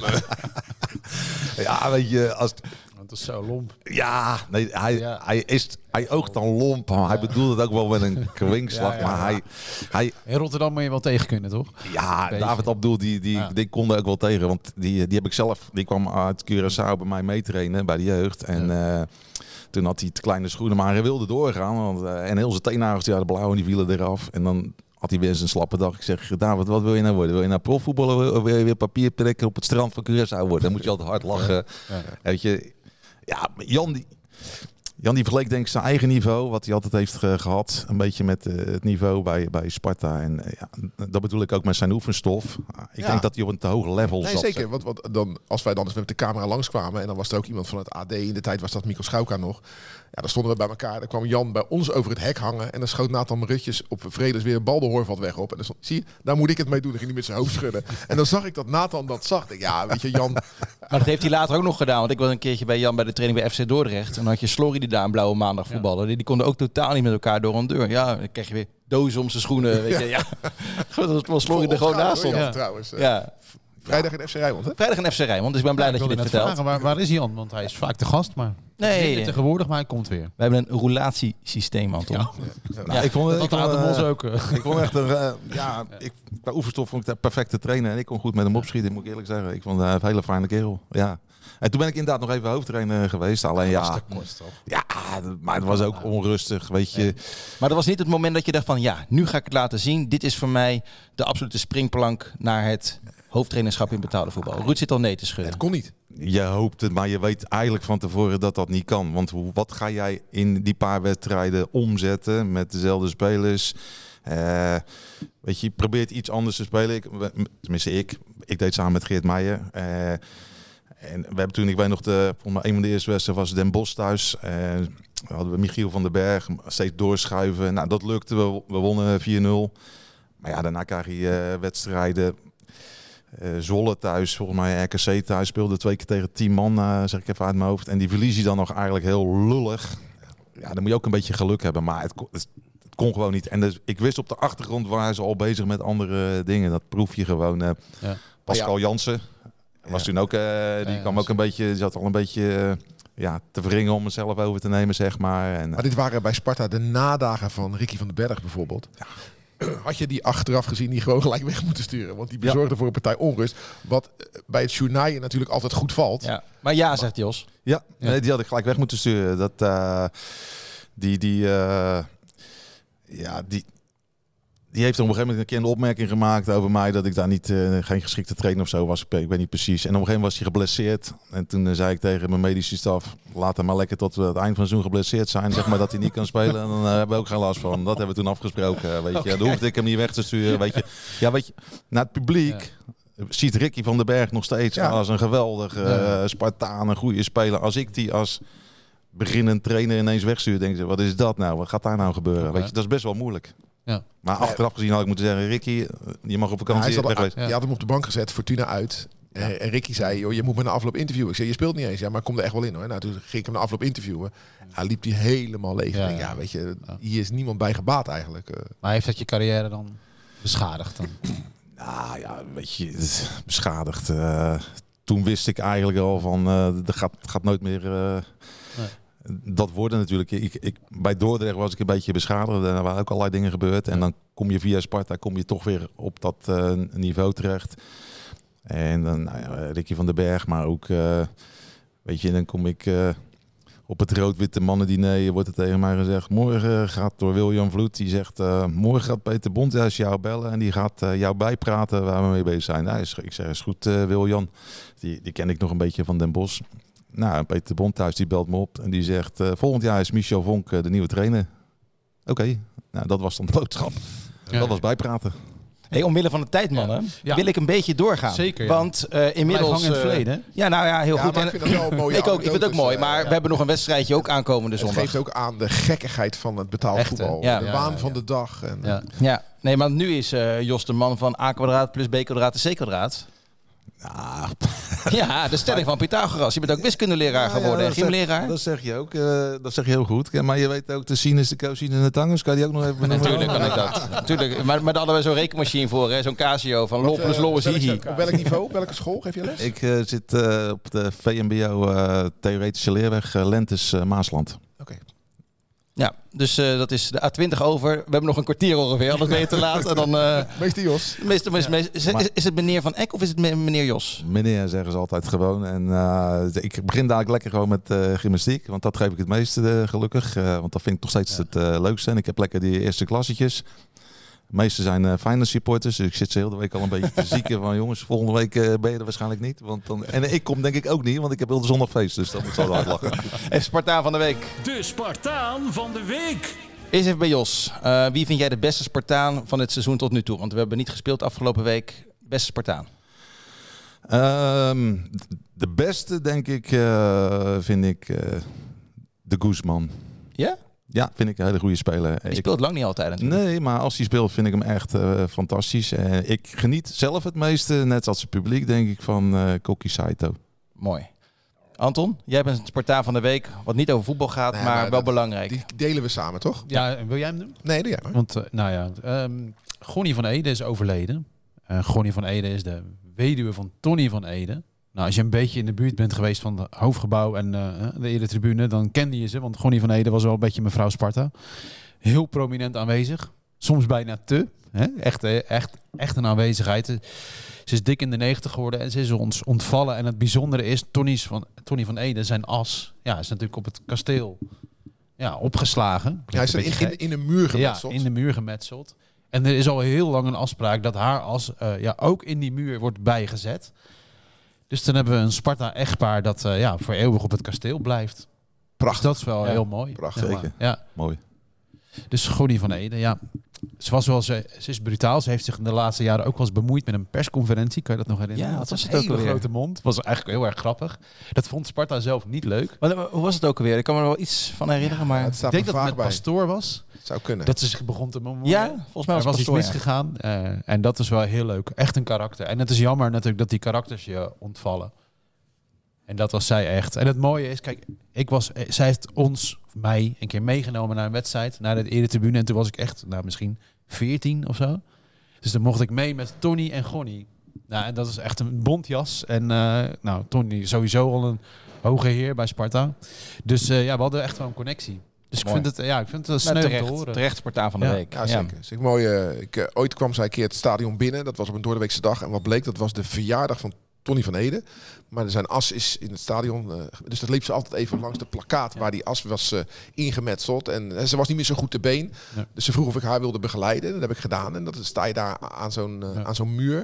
S3: Ja, weet je, als...
S4: Dat is zo lomp.
S3: Ja, nee, hij, ja. hij, is, hij oogt dan lomp. Maar ja. Hij bedoelt het ook wel met een kwinkslag. Ja, ja, maar ja. Hij, hij...
S4: In Rotterdam moet je wel tegen kunnen, toch?
S3: Ja, David Abdul, die, die, ja. die kon er ook wel tegen. Want die, die heb ik zelf... Die kwam uit Curaçao bij mij meetrainen bij de jeugd. En ja. uh, toen had hij het kleine schoenen. Maar hij wilde doorgaan. Want, uh, en heel zijn teennagels, ja, de blauwe, die vielen eraf. En dan... had hij weer eens een slappe dag. Ik zeg, David, wat wil je nou worden? Wil je nou profvoetballen of wil je weer papier prikken op het strand van Curaçao worden? Dan moet je altijd hard lachen. Ja. Ja. Weet je, ja, Jan die, Jan die vergeleek denk ik zijn eigen niveau, wat hij altijd heeft ge- gehad, een beetje met uh, het niveau bij, bij Sparta. En uh, ja, dat bedoel ik ook met zijn oefenstof. Ik ja. denk dat hij op een te hoog level
S5: nee,
S3: zat.
S5: Zeker, want, want dan, als wij dan eens met de camera langskwamen en dan was er ook iemand van het A D, in de tijd was dat Mikkel Schauka nog. Ja, dan stonden we bij elkaar. Dan kwam Jan bij ons over het hek hangen. En dan schoot Nathan Marutjes op Vredes weer een bal de Hoorvat weg op. En dan stond, zie je, daar moet ik het mee doen. Dan ging hij met zijn hoofd schudden. En dan zag ik dat Nathan dat zag. Ik, ja, weet je, Jan...
S2: Maar dat heeft hij later ook nog gedaan. Want ik was een keertje bij Jan bij de training bij F C Dordrecht. En dan had je Slorry die daar een blauwe maandag voetballen. Die, die konden ook totaal niet met elkaar door een deur. Ja, dan krijg je weer dozen om zijn schoenen. Weet je, ja. Dat was wel Slorry er gewoon naast stond.
S5: Ja, trouwens.
S2: Ja.
S5: Vrijdag in F C Rijnmond, hè?
S2: Vrijdag in F C Rijnmond, dus ik ben blij
S4: Ja,
S2: dat
S4: ik
S2: je dit
S4: wilde net
S2: vertelt.
S4: vragen, waar, waar is Jan? Want hij is vaak te gast, maar
S2: Nee.
S4: minder tegenwoordig, maar hij komt weer.
S2: We hebben een roulatiesysteem, Anton.
S4: Ja.
S3: Nou, ik vond,
S4: Dat
S3: ik
S4: had
S3: vond,
S4: Adam Bos
S3: eh,
S4: ook. eh.
S3: ik vond echt een, uh, ja, ik, bij Oeverstof vond ik de perfecte trainer en ik kon goed met hem opschieten, moet ik eerlijk zeggen. Ik vond hem een hele fijne kerel. Ja. En toen ben ik inderdaad nog even hoofdtrainer geweest. Alleen ja,
S4: Dat is te kort, toch?
S3: ja, maar het was ook onrustig, weet je.
S2: Maar dat was niet het moment dat je dacht van ja, nu ga ik het laten zien. Dit is voor mij de absolute springplank naar het hoofdtrainerschap in betaalde voetbal. Ruud zit al nee te schudden.
S5: Het kon niet.
S3: Je hoopt het, maar je weet eigenlijk van tevoren dat dat niet kan. Want hoe, wat ga jij in die paar wedstrijden omzetten met dezelfde spelers? Uh, weet je, je probeert iets anders te spelen. Ik, tenminste, ik. Ik deed samen met Geert Meijer. Uh, en we hebben toen, ik weet nog, de, volgens mij een van de eerste wedstrijden was Den Bosch thuis. Uh, we hadden we Michiel van den Berg, steeds doorschuiven. Nou, dat lukte. We, we wonnen vier nul. Maar ja, daarna krijg je uh, wedstrijden. Uh, Zwolle thuis, volgens mij R K C thuis, speelde twee keer tegen tien man, uh, zeg ik even uit mijn hoofd. En die verlies je dan nog eigenlijk heel lullig. Ja, dan moet je ook een beetje geluk hebben, maar het, het, het kon gewoon niet. En dus, ik wist op de achtergrond waren ze al bezig met andere dingen. Dat proef je gewoon. Uh, ja. Pascal ja. Jansen was ja. toen ook, uh, die ja, kwam ook een beetje, die zat al een beetje uh, ja, te wringen om het zelf over te nemen, zeg maar. En, uh,
S5: maar dit waren bij Sparta de nadagen van Ricky van den Berg bijvoorbeeld. Ja. Had je die achteraf gezien die gewoon gelijk weg moeten sturen? Want die bezorgde ja. voor een partij onrust. Wat bij het journaaien natuurlijk altijd goed valt.
S2: Ja. Maar ja, zegt Jos.
S3: Ja, ja. Nee, die had ik gelijk weg moeten sturen. Dat, uh, die, die, uh, ja, die, die heeft op een gegeven moment een keer een opmerking gemaakt over mij dat ik daar niet, uh, geen geschikte trainer of zo was. Ik weet niet precies. En op een gegeven moment was hij geblesseerd. En toen uh, zei ik tegen mijn medische staf, laat hem maar lekker tot het eind van het seizoen geblesseerd zijn. Zeg maar dat hij niet kan spelen. En dan uh, hebben we ook geen last van. Dat hebben we toen afgesproken. Weet je. Okay. Dan hoefde ik hem niet weg te sturen. Weet je. Ja, weet je, naar het publiek ja. ziet Ricky van den Berg nog steeds ja. als een geweldige uh, Spartaan, een goede speler. Als ik die als beginnend trainer ineens wegstuur, denk ik, wat is dat nou? Wat gaat daar nou gebeuren? Okay. Weet je, dat is best wel moeilijk. Ja. Maar achteraf gezien had ik moeten zeggen, Ricky, je mag op vakantie.
S5: Ja,
S3: hij
S5: ja. Je had hem op de bank gezet, Fortuna uit. Ja. En Ricky zei, joh, je moet me na afloop interviewen. Ik zei, je speelt niet eens. Ja, maar kom er echt wel in hoor. Nou, toen ging ik hem na afloop interviewen. Hij liep die helemaal leeg. Ja, denk, ja, weet je, ja. hier is niemand bij gebaat eigenlijk.
S4: Maar heeft dat je carrière dan beschadigd dan?
S3: Nou ja, weet je, beschadigd. Uh, toen wist ik eigenlijk al van, uh, er gaat, gaat nooit meer... Uh, nee. Dat worden natuurlijk. Ik, ik, bij Dordrecht was ik een beetje beschadigd. Er waren ook allerlei dingen gebeurd. En dan kom je via Sparta kom je toch weer op dat uh, niveau terecht. En dan nou ja, Ricky van den Berg, maar ook, uh, weet je, dan kom ik uh, op het rood-witte mannendiner. Wordt er tegen mij gezegd: morgen gaat door William Vloed. Die zegt: uh, morgen gaat Peter Bondhuis jou bellen en die gaat uh, jou bijpraten waar we mee bezig zijn. Nou, ik zeg: is goed, uh, William. Die, die ken ik nog een beetje van Den Bosch. Nou, Peter Bondhuis die belt me op en die zegt: uh, volgend jaar is Michel Vonk uh, de nieuwe trainer. Oké, okay. Nou dat was dan de boodschap. Ja. Dat was bijpraten.
S2: Hey, omwille van de tijd, mannen, ja. Ja. wil ik een beetje doorgaan.
S4: Zeker, ja.
S2: Want uh, inmiddels...
S4: in het verleden.
S2: Ja, nou ja, heel
S5: ja,
S2: goed.
S5: Maar ik vind dat wel een mooie
S2: ik ook. Ik vind het ook mooi,
S5: uh,
S2: maar
S5: ja.
S2: we hebben nog een wedstrijdje ook aankomende zondag.
S5: Het geeft ook aan de gekkigheid van het betaald Echt, voetbal. Ja. De ja, waan ja, ja. van de dag. En,
S2: ja. ja, nee, maar nu is uh, Jos de man van A kwadraat plus B kwadraat is C kwadraat.
S3: Nou,
S2: ja, de stelling van Pythagoras. Je bent ook wiskundeleraar ja, geworden, ja, gymleraar.
S3: Dat zeg je ook. Uh, dat zeg je heel goed. Ja, maar je weet ook de sinus, de cosinus en de tangens. Kan je die ook nog even benoemen?
S2: Natuurlijk kan ik dat. Natuurlijk. Maar, maar daar hadden we zo'n rekenmachine voor, hè? Zo'n Casio van lol plus lol is hihi.
S5: Op welk niveau? Op welke school geef je les?
S3: Ik uh, zit uh, op de V M B O uh, Theoretische Leerweg uh, Lentes uh, Maasland.
S5: Oké. Okay.
S2: Ja, dus uh, dat is de A twintig over. We hebben nog een kwartier ongeveer, anders ben je te laat. En dan, uh,
S5: meester Jos.
S2: Meester, meester, meester, is, is, is het meneer Van Eck of is het meneer Jos?
S3: Meneer zeggen ze altijd gewoon. En uh, ik begin dadelijk lekker gewoon met uh, gymnastiek. Want dat geef ik het meeste uh, gelukkig. Uh, want dat vind ik nog steeds ja. het uh, leukste. En ik heb lekker die eerste klassetjes. De meeste zijn uh, finance supporters. Dus ik zit ze heel de week al een beetje te zieken van jongens, volgende week uh, ben je er waarschijnlijk niet. Want dan, en ik kom denk ik ook niet, want ik heb heel de zondag feest. Dus dat moet zo hard lachen.
S2: Even Spartaan van de week.
S1: De Spartaan van de week.
S2: Eerst even bij Jos. Uh, wie vind jij de beste Spartaan van het seizoen tot nu toe? Want we hebben niet gespeeld afgelopen week. Beste Spartaan.
S3: Um, de beste denk ik uh, vind ik uh, de Guzman.
S2: Ja?
S3: Ja, vind ik een hele goede speler.
S2: Die speelt ik, lang niet altijd natuurlijk.
S3: Nee, maar als hij speelt vind ik hem echt uh, fantastisch. Uh, ik geniet zelf het meeste, net als het publiek, denk ik, van uh, Koki Saito.
S2: Mooi. Anton, jij bent een Spartaan van de week, wat niet over voetbal gaat, nee, maar, maar wel dat, belangrijk.
S5: Die delen we samen, toch?
S4: Ja, wil jij hem doen?
S5: Nee, doe jij maar.
S4: Want, uh, nou ja, um, Gonnie van Ede is overleden. Uh, Gonnie van Ede is de weduwe van Tony van Ede. Nou, als je een beetje in de buurt bent geweest van het hoofdgebouw en uh, de Eretribune, dan kende je ze. Want Gonnie van Ede was wel een beetje mevrouw Sparta. Heel prominent aanwezig. Soms bijna te. Hè? Echt, echt, echt een aanwezigheid. Ze is dik in de negentig geworden en ze is ons ontvallen. En het bijzondere is, Tony's van, Tony van Ede, zijn as, ja, is natuurlijk op het kasteel ja, opgeslagen.
S5: Ja, hij is in, in, in een muur gemetseld.
S4: Ja, in de muur gemetseld. En er is al heel lang een afspraak dat haar as uh, ja, ook in die muur wordt bijgezet. Dus dan hebben we een Sparta-echtpaar dat uh, ja, voor eeuwig op het kasteel blijft.
S5: Prachtig.
S4: Dus dat is wel
S5: ja,
S4: heel mooi.
S5: Prachtig.
S4: Zeg maar.
S3: Zeker.
S4: Ja.
S3: Mooi.
S4: Dus Gonnie van Ede, ja. Ze, was wel, ze, ze is brutaal. Ze heeft zich in de laatste jaren ook wel eens bemoeid met een persconferentie. Kan je dat nog herinneren?
S2: Ja,
S4: dat
S2: wat
S4: was
S2: was
S4: een
S2: het ook
S4: hele
S2: alweer?
S4: grote mond. Dat was eigenlijk heel erg grappig. Dat vond Sparta zelf niet leuk.
S2: Maar, hoe was het ook alweer? Ik kan me er wel iets van herinneren, maar...
S5: Ja, het
S4: Ik
S5: staat
S4: denk
S5: me
S4: dat het
S5: vaag
S4: met
S5: bij.
S4: Pastoor was.
S5: Zou kunnen.
S4: Dat ze zich begon te bemoeien.
S2: Ja, volgens mij
S4: Er
S2: was
S4: was iets
S2: Pastoor, ja.
S4: misgegaan. Uh, en dat is wel heel leuk. Echt een karakter. En het is jammer natuurlijk dat die karakters je ontvallen. En dat was zij echt. En het mooie is, kijk, ik was, zij heeft ons, mij, een keer meegenomen naar een wedstrijd, naar de Eretribune. En toen was ik echt, nou misschien veertien of zo. Dus dan mocht ik mee met Tony en Gonnie. Nou, en dat is echt een bontjas. En uh, nou, Tony sowieso al een hoge heer bij Sparta. Dus uh, ja, we hadden echt wel een connectie. Dus ik
S2: Mooi.
S4: vind het, ja, ik vind het
S2: Nou,
S4: sneu om te
S2: terecht,
S4: horen.
S2: terecht Spartaan van de
S4: Ja.
S2: week.
S5: Ja, zeker. Zeg, mooi, uh, ik, uh, ooit kwam zij een keer het stadion binnen. Dat was op een doordeweekse dag. En wat bleek, dat was de verjaardag van Tony van Ede. Maar zijn as is in het stadion. Uh, dus dat liep ze altijd even langs de plakkaat waar die as was uh, ingemetseld. En uh, ze was niet meer zo goed te been.
S4: Ja.
S5: Dus ze vroeg of ik haar wilde begeleiden. Dat heb ik gedaan. En dan sta je daar aan zo'n uh,
S4: Ja.
S5: aan zo'n muur.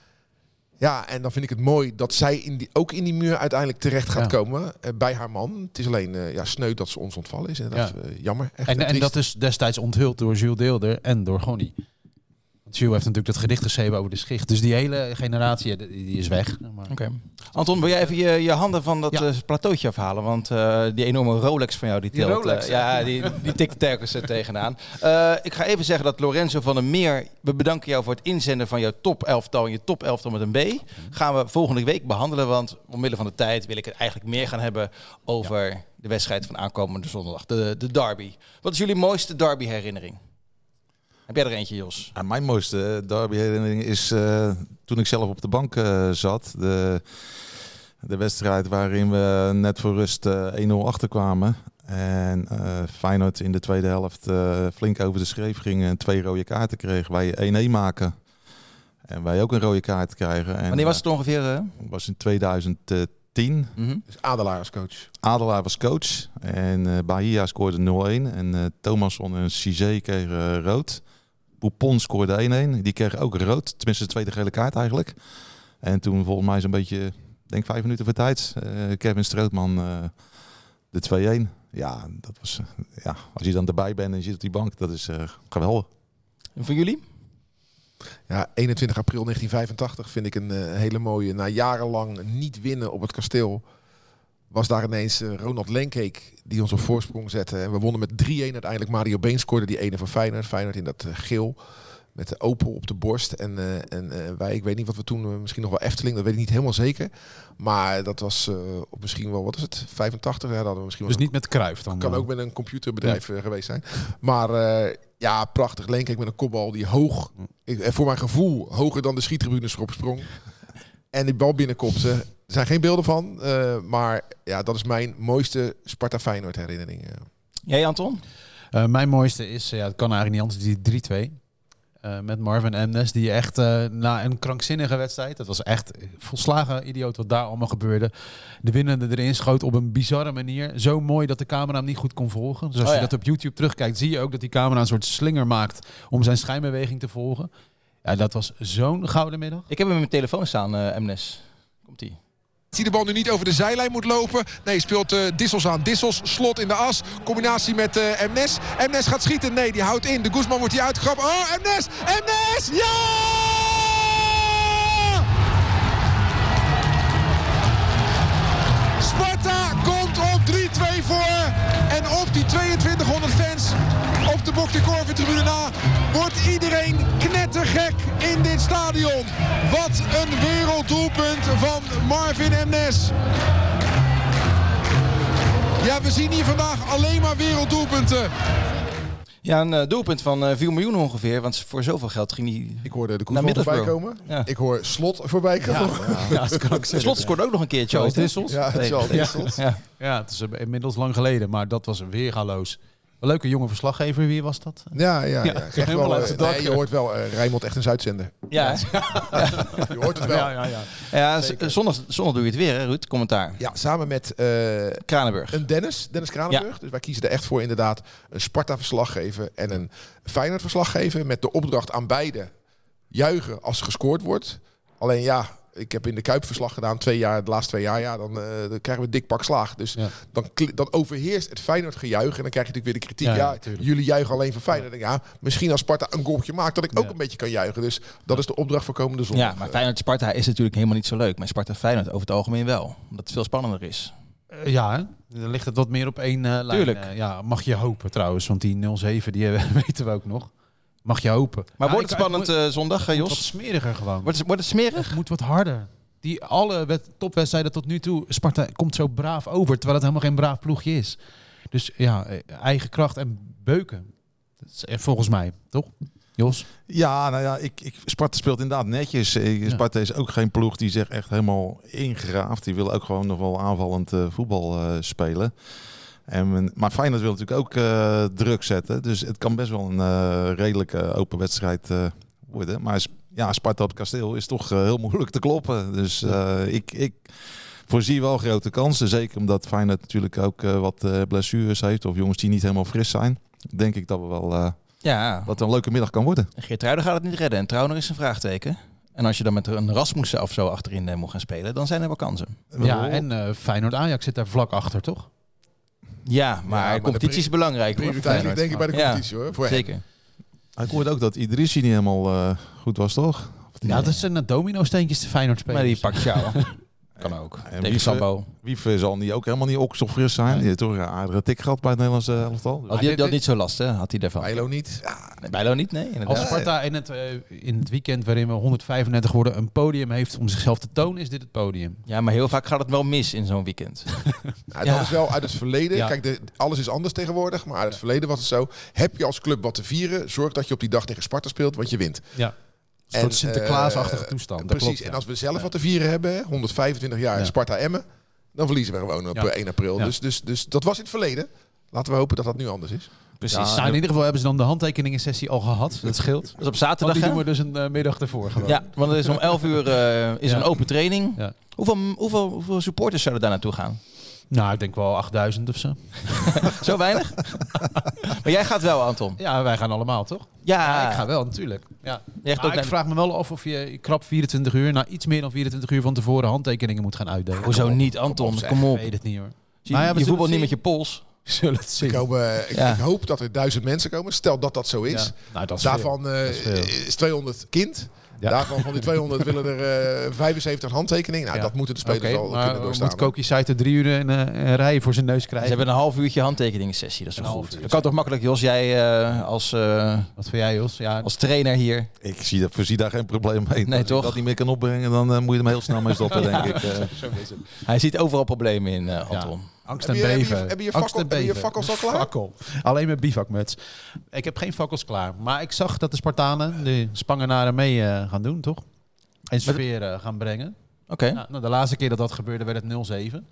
S5: Ja, en dan vind ik het mooi dat zij in die, ook in die muur uiteindelijk terecht gaat
S4: Ja.
S5: komen. Uh, bij haar man. Het is alleen uh, ja, sneu dat ze ons ontvallen is. Inderdaad,
S4: Ja.
S5: uh, jammer. Echt
S4: En, en
S5: triest.
S4: dat is destijds onthuld door Jules Deelder en door Gonnie. Want Jules heeft natuurlijk dat gedicht geschreven over de schicht. Dus die hele generatie, die die is weg. Maar...
S2: Oké. Anton, wil jij even je, je handen van dat
S4: Ja.
S2: uh, plateautje afhalen? Want uh, die enorme Rolex van jou, die
S4: Die
S2: telt.
S4: Rolex,
S2: uh, ja, die, die tikt telkens er tegenaan. Uh, ik ga even zeggen dat Lorenzo van der Meer... We bedanken jou voor het inzenden van jouw top elftal. En je top elftal met een B. Gaan we volgende week behandelen. Want omwille van de tijd wil ik het eigenlijk meer gaan hebben... over ja. de wedstrijd van aankomende zondag. De, de derby. Wat is jullie mooiste derby herinnering? Heb jij er eentje, Jos?
S3: Ja, mijn mooiste derby herinnering is uh, toen ik zelf op de bank uh, zat. De, de wedstrijd waarin we net voor rust uh, één nul achterkwamen. En uh, Feyenoord in de tweede helft uh, flink over de schreef ging en twee rode kaarten kreeg. Wij één-één maken. En wij ook een rode kaart krijgen. En,
S2: wanneer was het ongeveer? Uh?
S3: was in tweeduizend tien.
S2: Mm-hmm.
S5: Dus Adelaar als coach.
S3: Adelaar was coach. En uh, Bahia scoorde nul-één. En uh, Thomasson en Cizé kregen uh, rood. Poupon scoorde één-één. Die kreeg ook rood. Tenminste de tweede gele kaart eigenlijk. En toen volgens mij zo'n beetje, denk vijf minuten voor tijd. Uh, Kevin Strootman uh, de twee-één. Ja, dat was, uh, ja, als je dan erbij bent en je zit op die bank, dat is uh, geweldig.
S2: En voor jullie?
S5: Ja, eenentwintig april negentien vijfentachtig vind ik een uh, hele mooie. Na jarenlang niet winnen op het kasteel was daar ineens uh, Ronald Lenkeek die ons op voorsprong zette. En we wonnen met drie-één uiteindelijk. Mario Been scoorde die ene van Feyenoord. Feyenoord in dat uh, geel met de Opel op de borst. En, uh, en uh, wij, ik weet niet wat we toen, uh, misschien nog wel Efteling, dat weet ik niet helemaal zeker. Maar dat was uh, op misschien wel, wat is het, vijfentachtig? Ja, dat hadden we misschien
S4: Dus
S5: wel
S4: niet met Cruijff dan?
S5: kan ook met een computerbedrijf ja. uh, geweest zijn. Maar uh, ja, prachtig. Lenkeek met een kopbal die hoog, ik, voor mijn gevoel, hoger dan de schiettribunes erop sprong. En die bal binnenkopte. Er zijn geen beelden van, uh, maar ja, dat is mijn mooiste Sparta Feyenoord herinnering. Uh.
S2: Jij, Anton?
S4: Uh, mijn mooiste is, ja, het kan eigenlijk niet anders, die drie twee. Uh, met Marvin Emnes, die echt uh, na een krankzinnige wedstrijd, dat was echt volslagen idioot wat daar allemaal gebeurde. De winnende erin schoot op een bizarre manier. Zo mooi dat de camera hem niet goed kon volgen. Dus als
S2: oh,
S4: je
S2: ja.
S4: dat op YouTube terugkijkt, zie je ook dat die camera een soort slinger maakt om zijn schijnbeweging te volgen. Ja, dat was zo'n gouden middag.
S2: Ik heb hem in mijn telefoon staan, uh, Emnes. Komt-ie.
S6: Die de bal nu niet over de zijlijn moet lopen. Nee, speelt uh, Dissels aan. Dissels, Slot in de as. Combinatie met uh, Emnes. Emnes gaat schieten. Nee, die houdt in. De Guzman wordt hier uitgegrapt. Oh, Emnes! Emnes! Ja! Sparta komt op drie-twee voor. En op die tweeëntwintighonderd fans op de Bok de Korver tribune na wordt iedereen knettergek in dit stadion. Wat een werelddoelpunt van Marvin Emnes. Ja, we zien hier vandaag alleen maar werelddoelpunten.
S2: Ja, een uh, doelpunt van uh, vier miljoen ongeveer. Want voor zoveel geld ging hij...
S5: Ik hoorde de
S2: Naar
S5: Koeman voorbij
S2: Middlesbrough.
S5: komen.
S2: Ja.
S5: Ik hoor Slot voorbij komen.
S4: Ja, ja, dat kan ik zeggen.
S2: Slot scoorde ook nog een keertje.
S4: Charles
S2: ooit, hè?
S4: Dissels.
S5: Ja, het is al Dissels.
S2: Ja.
S4: Ja, het is inmiddels lang geleden, maar dat was weergaloos. Een leuke jonge verslaggever, wie was dat?
S5: Ja, ja, ja.
S4: Ja,
S5: Echt
S4: helemaal
S5: wel,
S4: uit
S5: uh,
S4: het dak.
S5: nee, je hoort wel, uh, Rijnmond echt een Zuidzender.
S2: Ja,
S5: Je hoort het wel.
S4: Ja,
S5: Ja,
S4: ja, ja.
S2: ja z- zondag, zondag doe je het weer, hè, Ruud? Commentaar.
S5: samen met uh,
S2: Kranenburg.
S5: een Dennis, Dennis Kranenburg. Dus wij kiezen er echt voor inderdaad een Sparta-verslaggever en een Feyenoord-verslaggever. Met de opdracht aan beide juichen als er gescoord wordt. Alleen ja, ik heb in de Kuip verslag gedaan, twee jaar, de laatste twee jaar, ja, dan, uh, dan krijgen we een dik pak slaag. Dus
S4: Ja.
S5: dan, kli- dan overheerst het Feyenoord gejuich en dan krijg je natuurlijk weer de kritiek.
S4: Ja,
S5: Ja,
S4: ja, tuurlijk.
S5: jullie juichen alleen voor Feyenoord. Ja. Ja, misschien als Sparta een goaltje maakt, dat ik ook
S4: Ja.
S5: een beetje kan juichen. Dus dat is de opdracht voor komende zondag.
S2: Ja, maar Feyenoord-Sparta is natuurlijk helemaal niet zo leuk. Maar Sparta-Feyenoord over het algemeen wel. Omdat het veel spannender is.
S4: Uh, ja, hè? Dan ligt het wat meer op één uh, lijn.
S2: Tuurlijk.
S4: Uh, ja, mag je hopen trouwens, want die nul zeven die uh, weten we ook nog. Mag je hopen.
S2: Maar
S4: Ja,
S2: wordt het
S4: ik-
S2: spannend
S4: het
S2: uh, zondag, uh,
S4: moet wat
S2: Jos?
S4: smeriger gewoon.
S2: Wordt het, wordt het smerig?
S4: Het moet wat harder. Die alle wed- topwedstrijden tot nu toe, Sparta komt zo braaf over, terwijl het helemaal geen braaf ploegje is. Dus ja, eh, eigen kracht en beuken. Dat is, eh, volgens mij, toch? Jos?
S3: Ja, nou ja, ik, ik, Sparta speelt inderdaad netjes. Eh, Sparta is ook geen ploeg die zich echt helemaal ingraaft. Die wil ook gewoon nog wel aanvallend uh, voetbal uh, spelen. En, men- maar Feyenoord wil natuurlijk ook uh, druk zetten. Dus het kan best wel een uh, redelijke open wedstrijd uh, worden. Maar Sp- ja, Sparta op het kasteel is toch uh, heel moeilijk te kloppen. Dus uh, ik, ik voorzie wel grote kansen. Zeker omdat Feyenoord natuurlijk ook uh, wat uh, blessures heeft. Of jongens die niet helemaal fris zijn. Denk ik dat we wel... Uh,
S2: Ja,
S3: dat het een leuke middag kan worden.
S2: Geertruiden gaat het niet redden. En Trauner is een vraagteken. En als je dan met een Rasmussen of zo achterin uh, moet gaan spelen, dan zijn er wel kansen.
S4: Ja, en uh, Feyenoord-Ajax zit daar vlak achter, toch?
S2: Ja, maar
S5: maar
S2: de competitie
S5: de pri-
S2: is belangrijk. hoor, voor
S5: Prioriteit ligt
S2: Feyenoord.
S5: denk ik bij de competitie hoor. Voor hen.
S2: Zeker.
S3: Ik hoorde ook dat Idrissi niet helemaal uh, goed was, toch? Of die-
S4: Ja, dat zijn uh, domino-steentjes de Feyenoord-spelers.
S2: Maar die pakt jou. Kan ook.
S3: En
S2: Tegen
S3: Wiever-
S2: Sambo.
S3: Wiever zal niet ook helemaal niet okselfris zijn. Die heeft toch een aardere tik gehad bij het Nederlandse elftal.
S2: Had hij dat niet zo last, hè? Had hij daarvan?
S5: Bijlo niet.
S2: Nee, Bijlo niet, nee.
S4: Als
S2: Inderdaad.
S4: Sparta in het, uh, in het weekend waarin we honderdvijfendertig worden een podium heeft om zichzelf te tonen, is dit het podium.
S2: Ja, maar heel vaak gaat het wel mis in zo'n weekend.
S5: Nou,
S2: Ja.
S5: Dat is wel uit het verleden.
S4: Ja.
S5: Kijk, de, alles is anders tegenwoordig. Maar uit het verleden was het zo. Heb je als club wat te vieren, zorg dat je op die dag tegen Sparta speelt, want je wint.
S4: Ja. Een
S5: En,
S4: soort Sinterklaasachtige
S5: eh,
S4: toestand. Dat
S5: Precies.
S4: klopt, ja.
S5: En als we zelf wat te vieren hebben, hè, honderdvijfentwintig jaar
S4: Ja.
S5: Sparta Emmen, dan verliezen we gewoon op
S4: Ja.
S5: eh, één april.
S4: Ja.
S5: Dus, dus, dus dat was in het verleden. Laten we hopen dat dat nu anders is.
S2: Precies.
S4: Nou, in
S2: Ja,
S4: ieder geval hebben ze dan de handtekeningen-sessie al gehad. Dat scheelt.
S2: dat is op
S4: Want
S2: zaterdag,
S4: die
S2: hè?
S4: doen we dus een uh, middag ervoor gewoon.
S2: Ja, want het is om elf uur uh, is
S4: Ja.
S2: een open training.
S4: Ja.
S2: Hoeveel, hoeveel, hoeveel supporters zouden daar naartoe gaan?
S4: Nou, ik denk wel achtduizend of zo.
S2: Zo weinig? Maar jij gaat wel, Anton.
S4: Ja, wij gaan allemaal, toch?
S2: Ja,
S4: Ja, ik ga wel, natuurlijk. Ja.
S2: Je echt
S4: Maar
S2: ook
S4: ik
S2: naar-
S4: vraag me wel af of je krap vierentwintig uur, nou iets meer dan vierentwintig uur van tevoren handtekeningen moet gaan uitdelen.
S2: Hoezo niet, Anton? Kom op.
S4: Ik weet het niet hoor.
S2: Je,
S4: Nou ja, we
S2: je
S4: zullen
S2: voetbalt niet
S4: het
S2: met je pols.
S4: We zullen het
S5: Er
S4: zien.
S5: komen, ik,
S2: Ja.
S5: ik hoop dat er duizend mensen komen. Stel dat dat zo is.
S4: Ja. Nou, dat is
S5: Daarvan eh,
S4: Dat is veel.
S5: is tweehonderd kind.
S4: Ja.
S5: Daarvan van die tweehonderd willen er uh, vijfenzeventig handtekeningen. Nou,
S4: Ja.
S5: dat moeten de spelers
S4: Oké,
S5: wel
S4: maar
S5: kunnen doorstaan.
S4: moet Koki Saito drie uur in uh, een rij voor zijn neus
S2: Ze
S4: krijgen?
S2: hebben een half uurtje handtekeningen sessie. Dat is
S4: Een
S2: toch
S4: half
S2: goed.
S4: uur.
S2: Dat kan toch makkelijk, Jos? Jij uh, als, uh,
S4: Wat vind jij, Jos? Ja,
S2: als trainer hier.
S3: Ik zie, dat- voorzie daar geen probleem mee.
S2: Nee,
S3: Als
S2: toch?
S3: ik dat niet meer kan opbrengen, dan uh, moet je hem heel snel mee stoppen, denk ik. Uh.
S4: zo is het.
S2: Hij ziet overal problemen in, uh, Anton.
S4: Angst
S5: Heb
S4: en
S5: je- heb je-
S4: beven.
S5: heb je je
S4: Angst
S5: fakkel-
S4: en
S5: heb je je
S4: beven.
S5: fakkels al klaar?
S4: Fakkel. Alleen met bivakmuts. Ik heb geen fakkels klaar. Maar ik zag dat de Spartanen de Spangenaren mee uh, gaan doen, toch? En sfeer uh, gaan brengen.
S2: Oké.
S4: Nou, nou, de laatste keer dat dat gebeurde werd het nul zeven.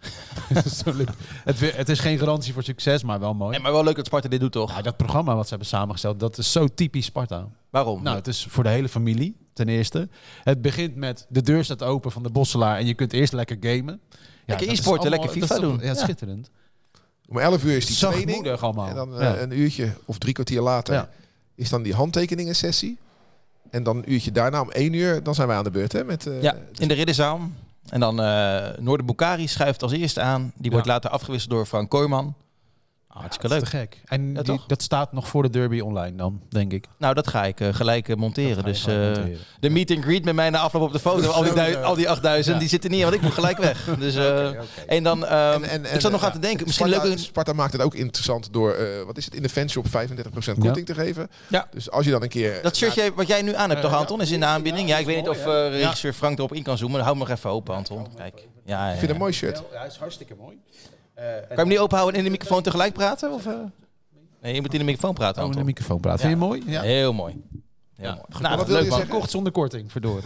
S4: Zo liep- het, we- het is geen garantie voor succes, maar wel mooi.
S2: Nee, maar wel leuk dat Sparta dit doet, toch?
S4: Nou, dat programma wat ze hebben samengesteld, dat is zo typisch Sparta.
S2: Waarom?
S4: Nou, het is voor de hele familie, ten eerste. Het begint met de deur staat open van de Bosselaar en je kunt eerst lekker gamen. Ja,
S2: Lekker
S4: dat is
S2: e-sporten,
S4: allemaal-
S2: lekker
S4: dat
S2: FIFA
S4: is toch-
S2: doen.
S4: Ja,
S2: Ja.
S4: schitterend.
S5: Om elf uur is die training.
S4: Zachtmoedig allemaal.
S5: En dan uh,
S4: Ja.
S5: een uurtje of drie kwartier later
S4: Ja.
S5: is dan die handtekeningen sessie. En dan een uurtje daarna om één uur, dan zijn wij aan de beurt. Hè, met, uh,
S2: Ja, in de ridderzaal. En dan uh, Noorder Boukari schuift als eerste aan. Die wordt
S4: Ja.
S2: later afgewisseld door Frank Kooijman. Hartstikke
S4: Dat
S2: leuk.
S4: is te gek. En
S2: Ja,
S4: die-
S2: toch?
S4: dat staat nog voor de derby online dan, denk ik.
S2: Nou, dat ga ik uh, gelijk uh, monteren.
S4: Dat ga je
S2: Dus
S4: gewoon
S2: uh,
S4: monteren.
S2: de meet and greet met mij na afloop op de foto. Al die, du- al die achtduizend,
S4: Ja.
S2: die zitten niet, want ik moet gelijk weg. Dus, uh,
S4: Oké, oké.
S2: En dan, uh, ik zat nog
S5: ja,
S2: aan te denken, misschien
S5: Sparta,
S2: leuk... een-
S5: Sparta maakt het ook interessant door, uh, wat is het, in de fanshop vijfendertig procent korting te geven.
S2: Ja.
S5: Dus als je dan een keer...
S2: Dat shirtje wat jij nu aan hebt,
S4: Uh,
S2: toch Anton, is in de aanbieding? Ja, ik weet niet of uh,
S4: Ja.
S2: regisseur Frank erop in kan zoomen. Hou hem nog even open, Anton. Kijk. Ja, ja,
S5: Ik vind het
S2: ja.
S5: een mooi shirt.
S4: Ja, hij is hartstikke mooi.
S2: Kan je hem niet openhouden en in de microfoon tegelijk praten? Of, uh? Nee, je moet in de microfoon praten,
S4: Oh, in
S2: Anton.
S4: de microfoon praten.
S2: Ja.
S4: Vind je mooi? Ja.
S2: Heel mooi. Heel
S4: Ja.
S2: mooi.
S4: Wat
S2: Nou, dat
S5: wil
S2: is
S5: je
S2: leuk, man.
S5: zeggen?
S4: Kocht zonder korting, verdorie.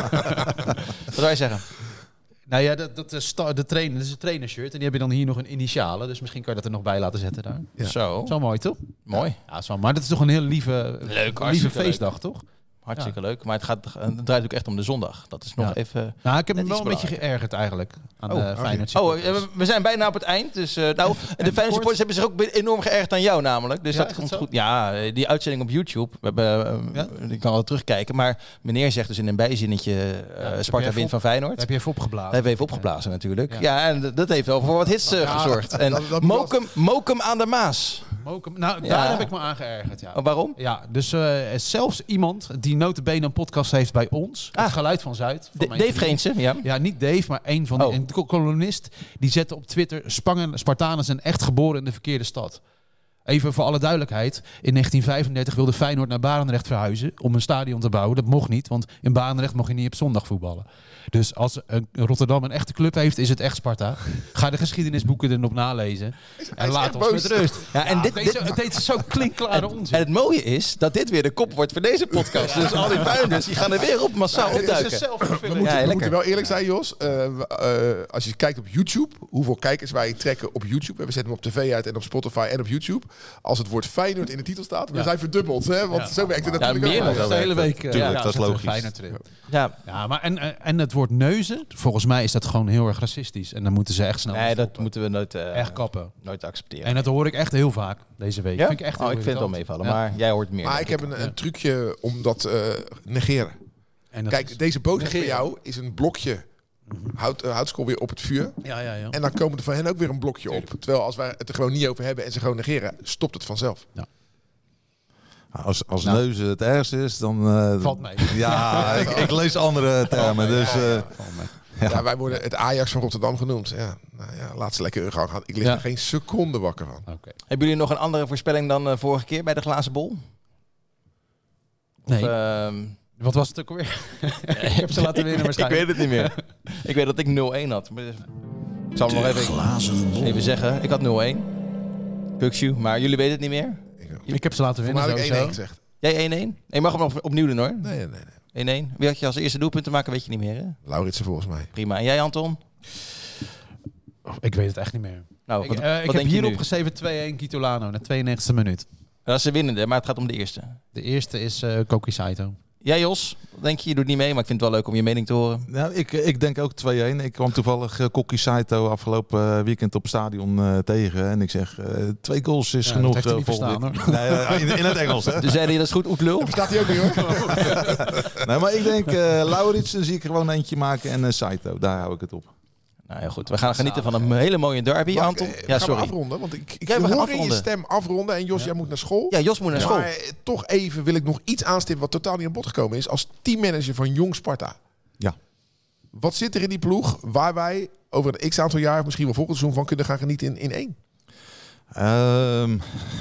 S2: Wat zou je zeggen?
S4: Nou ja, dat, dat, is sta- de trainer, dat is een trainershirt. En die heb je dan hier nog een initialen. Dus misschien kan je dat er nog bij laten zetten daar.
S5: Ja.
S2: Zo,
S4: Dat is wel mooi, toch?
S2: mooi.
S4: Ja, dat is wel, maar dat is toch een heel lieve,
S2: Leuk,
S4: lieve
S2: hartstikke
S4: feestdag, toch?
S2: Hartstikke leuk. Maar het, gaat, het draait ook echt om de zondag. Dat is nog
S4: Ja.
S2: even...
S4: Nou, ik heb
S2: Net
S4: me wel
S2: iets
S4: een beetje geërgerd eigenlijk aan
S2: Oh,
S4: de
S5: oké.
S4: Feyenoord
S2: Oh,
S4: supporters.
S2: eh, we zijn bijna op het eind. Dus, uh, nou, de
S4: en
S2: Feyenoord
S4: kort-
S2: supporters hebben zich ook enorm geërgerd aan jou namelijk. Dus
S4: Ja,
S2: dat
S4: is
S2: komt
S4: dat zo?
S2: goed. Ja, eh, die uitzending op YouTube. We hebben, uh,
S4: Ja?
S2: Ik kan wel terugkijken. Maar meneer zegt dus in een bijzinnetje... Uh,
S4: heb
S2: Sparta
S4: jij
S2: wint van Feyenoord.
S4: Dat heb je even opgeblazen.
S2: Dat hebben we even opgeblazen natuurlijk.
S4: Ja.
S2: Ja, en d- dat heeft wel voor wat hits uh,
S5: Ja,
S2: gezorgd. En
S5: dat- dat
S2: Mokum, Mokum aan de Maas.
S4: Mokum. Nou,
S2: Ja.
S4: daar heb ik me aan geërgerd, ja.
S2: Oh, waarom?
S4: Ja, dus uh, zelfs iemand die notabene een podcast heeft bij ons,
S2: Ah.
S4: het Geluid van Zuid. Van
S2: D-
S4: mijn
S2: Dave
S4: vriend.
S2: Geense, ja.
S4: Ja, niet Dave, maar een van de
S2: Oh.
S4: een co- kolonist. Die zette op Twitter: Spangen, Spartanen zijn echt geboren in de verkeerde stad. Even voor alle duidelijkheid. In negentien vijfendertig wilde Feyenoord naar Barendrecht verhuizen om een stadion te bouwen. Dat mocht niet, want in Barendrecht mocht je niet op zondag voetballen. Dus als een Rotterdam een echte club heeft, is het echt Sparta. Ga de geschiedenisboeken erop nalezen. En
S5: is
S4: laat
S5: echt
S4: ons
S5: boos.
S4: met rust.
S2: Ja, en dit-
S4: deze,
S2: dit-
S4: het deed zo klinkklare
S2: En
S4: onzin.
S2: het mooie is dat dit weer de kop wordt voor deze podcast. Dus al die Feyenoorders die gaan er weer op massaal
S5: Ja, dit is
S2: opduiken.
S4: Dus zelf
S5: We, moeten,
S2: Ja,
S5: we
S2: lekker.
S5: moeten wel eerlijk zijn, Jos. Eh, we- eh, als je kijkt op YouTube, hoeveel kijkers wij trekken op YouTube. We zetten hem op tv uit en op Spotify en op YouTube. Als het woord Feyenoord in de titel staat, we
S4: Ja.
S5: zijn verdubbeld. Hè? Want
S4: Ja.
S5: zo werkt het
S2: Ja,
S5: natuurlijk
S2: meer
S5: ook.
S2: nog
S5: wel.
S2: wel.
S4: de hele week. uh,
S3: Tuurlijk,
S4: ja,
S3: dat is
S4: zet er
S3: logisch.
S4: Feyenoord erin.
S2: Ja,
S4: Ja, maar en, en- en het woord neuzen, volgens mij is dat gewoon heel erg racistisch. En dan moeten ze echt snel
S2: nee, dat
S4: stoppen.
S2: moeten we nooit, uh,
S4: echt kappen.
S2: nooit accepteren.
S4: En dat hoor ik echt heel vaak deze week.
S2: ja?
S4: Vind ik echt
S2: oh,
S4: heel
S2: ik vind het wel
S4: irritant.
S2: meevallen,
S4: Ja.
S2: maar jij hoort meer.
S5: Maar
S2: denk
S5: ik heb een,
S4: Ja.
S5: een trucje om dat eh negeren.
S4: En dat
S5: Kijk,
S4: is-
S5: deze boodschap van
S4: negeren.
S5: jou is een blokje hout, uh, houtskool weer op het vuur.
S4: Ja, ja, ja.
S5: En dan komen er van hen ook weer een blokje op. Terwijl als wij het er gewoon niet over hebben en ze gewoon negeren, stopt het vanzelf.
S3: Als, als
S4: Nou.
S3: neuzen het ergste is, dan... eh,
S4: Valt mee.
S3: Ja, ik, ik lees andere termen. Dus, eh,
S4: Valt mee.
S3: Ja.
S5: Ja, wij worden het Ajax van Rotterdam genoemd. Ja, nou ja, laat ze lekker hun gang gaan. Ik lig
S4: Ja.
S5: er geen seconde wakker van.
S4: Oké.
S2: Hebben jullie nog een andere voorspelling dan uh, vorige keer bij de glazen bol?
S4: Nee,
S2: Of, ehm,
S4: wat was het ook alweer? Ik heb ze laten winnen
S2: ik
S4: waarschijnlijk.
S2: weet het niet meer. Ik weet dat ik nul-één had. Maar ik zal hem nog even,
S1: glazen bol.
S2: even zeggen. Ik had nul-één. Kukshu, maar jullie weten het niet meer?
S5: Ik,
S4: Ik heb ze laten
S5: voor
S4: winnen
S5: mij heb ik één-één
S4: sowieso.
S5: gezegd.
S2: Jij één-één? Je mag hem nog opnieuw doen hoor.
S5: Nee, nee, nee.
S2: één-één. Wie had je als eerste doelpunt te maken, weet je niet meer hè?
S5: Lauritsen volgens mij.
S2: Prima. En jij Anton?
S4: Oh, ik weet het echt niet meer.
S2: Nou,
S4: Ik,
S2: wat,
S4: eh, ik
S2: wat
S4: heb
S2: denk je
S4: hierop
S2: nu?
S4: geschreven twee-één Kitolano, na tweeënnegentigste minuut.
S2: Dat is de winnende, maar het gaat om de eerste.
S4: De eerste is uh, Koki Saito.
S2: Jij Jos, wat denk je? Je doet niet mee, maar ik vind het wel leuk om je mening te horen.
S3: nou, ik, ik denk ook twee-één. Ik kwam toevallig uh, Kokki Saito afgelopen uh, weekend op stadion uh, tegen. En ik zeg, uh, twee goals is
S4: Ja,
S3: genoeg.
S4: dat heeft hij
S3: uh,
S4: niet
S3: volgende
S4: verstaan,
S3: week. Nee, uh, in, in het Engels. Hè?
S2: Dus zeiden je dat is goed, Oetlul?
S5: Staat hij ook niet hoor.
S3: Nee, maar ik denk, uh, Lauritsen zie ik er gewoon eentje maken. En uh, Saito, daar hou ik het op.
S2: Nou ja, goed. We gaan genieten van een hele mooie derby,
S5: Mag ik,
S2: Anton.
S5: eh,
S2: Ja,
S5: gaan we
S2: sorry.
S5: afronden? Want ik, ik
S2: Ja, we gaan
S5: hoor in je
S2: afronden.
S5: stem afronden. En Jos, jij moet naar school.
S2: Ja, Jos moet naar school.
S5: Maar eh, toch even wil ik nog iets aanstippen wat totaal niet aan bod gekomen is. Als teammanager van Jong Sparta.
S3: Ja.
S5: Wat zit er in die ploeg waar wij over een x-aantal jaar, misschien wel volgend seizoen, van kunnen gaan genieten in, in één?
S3: Um,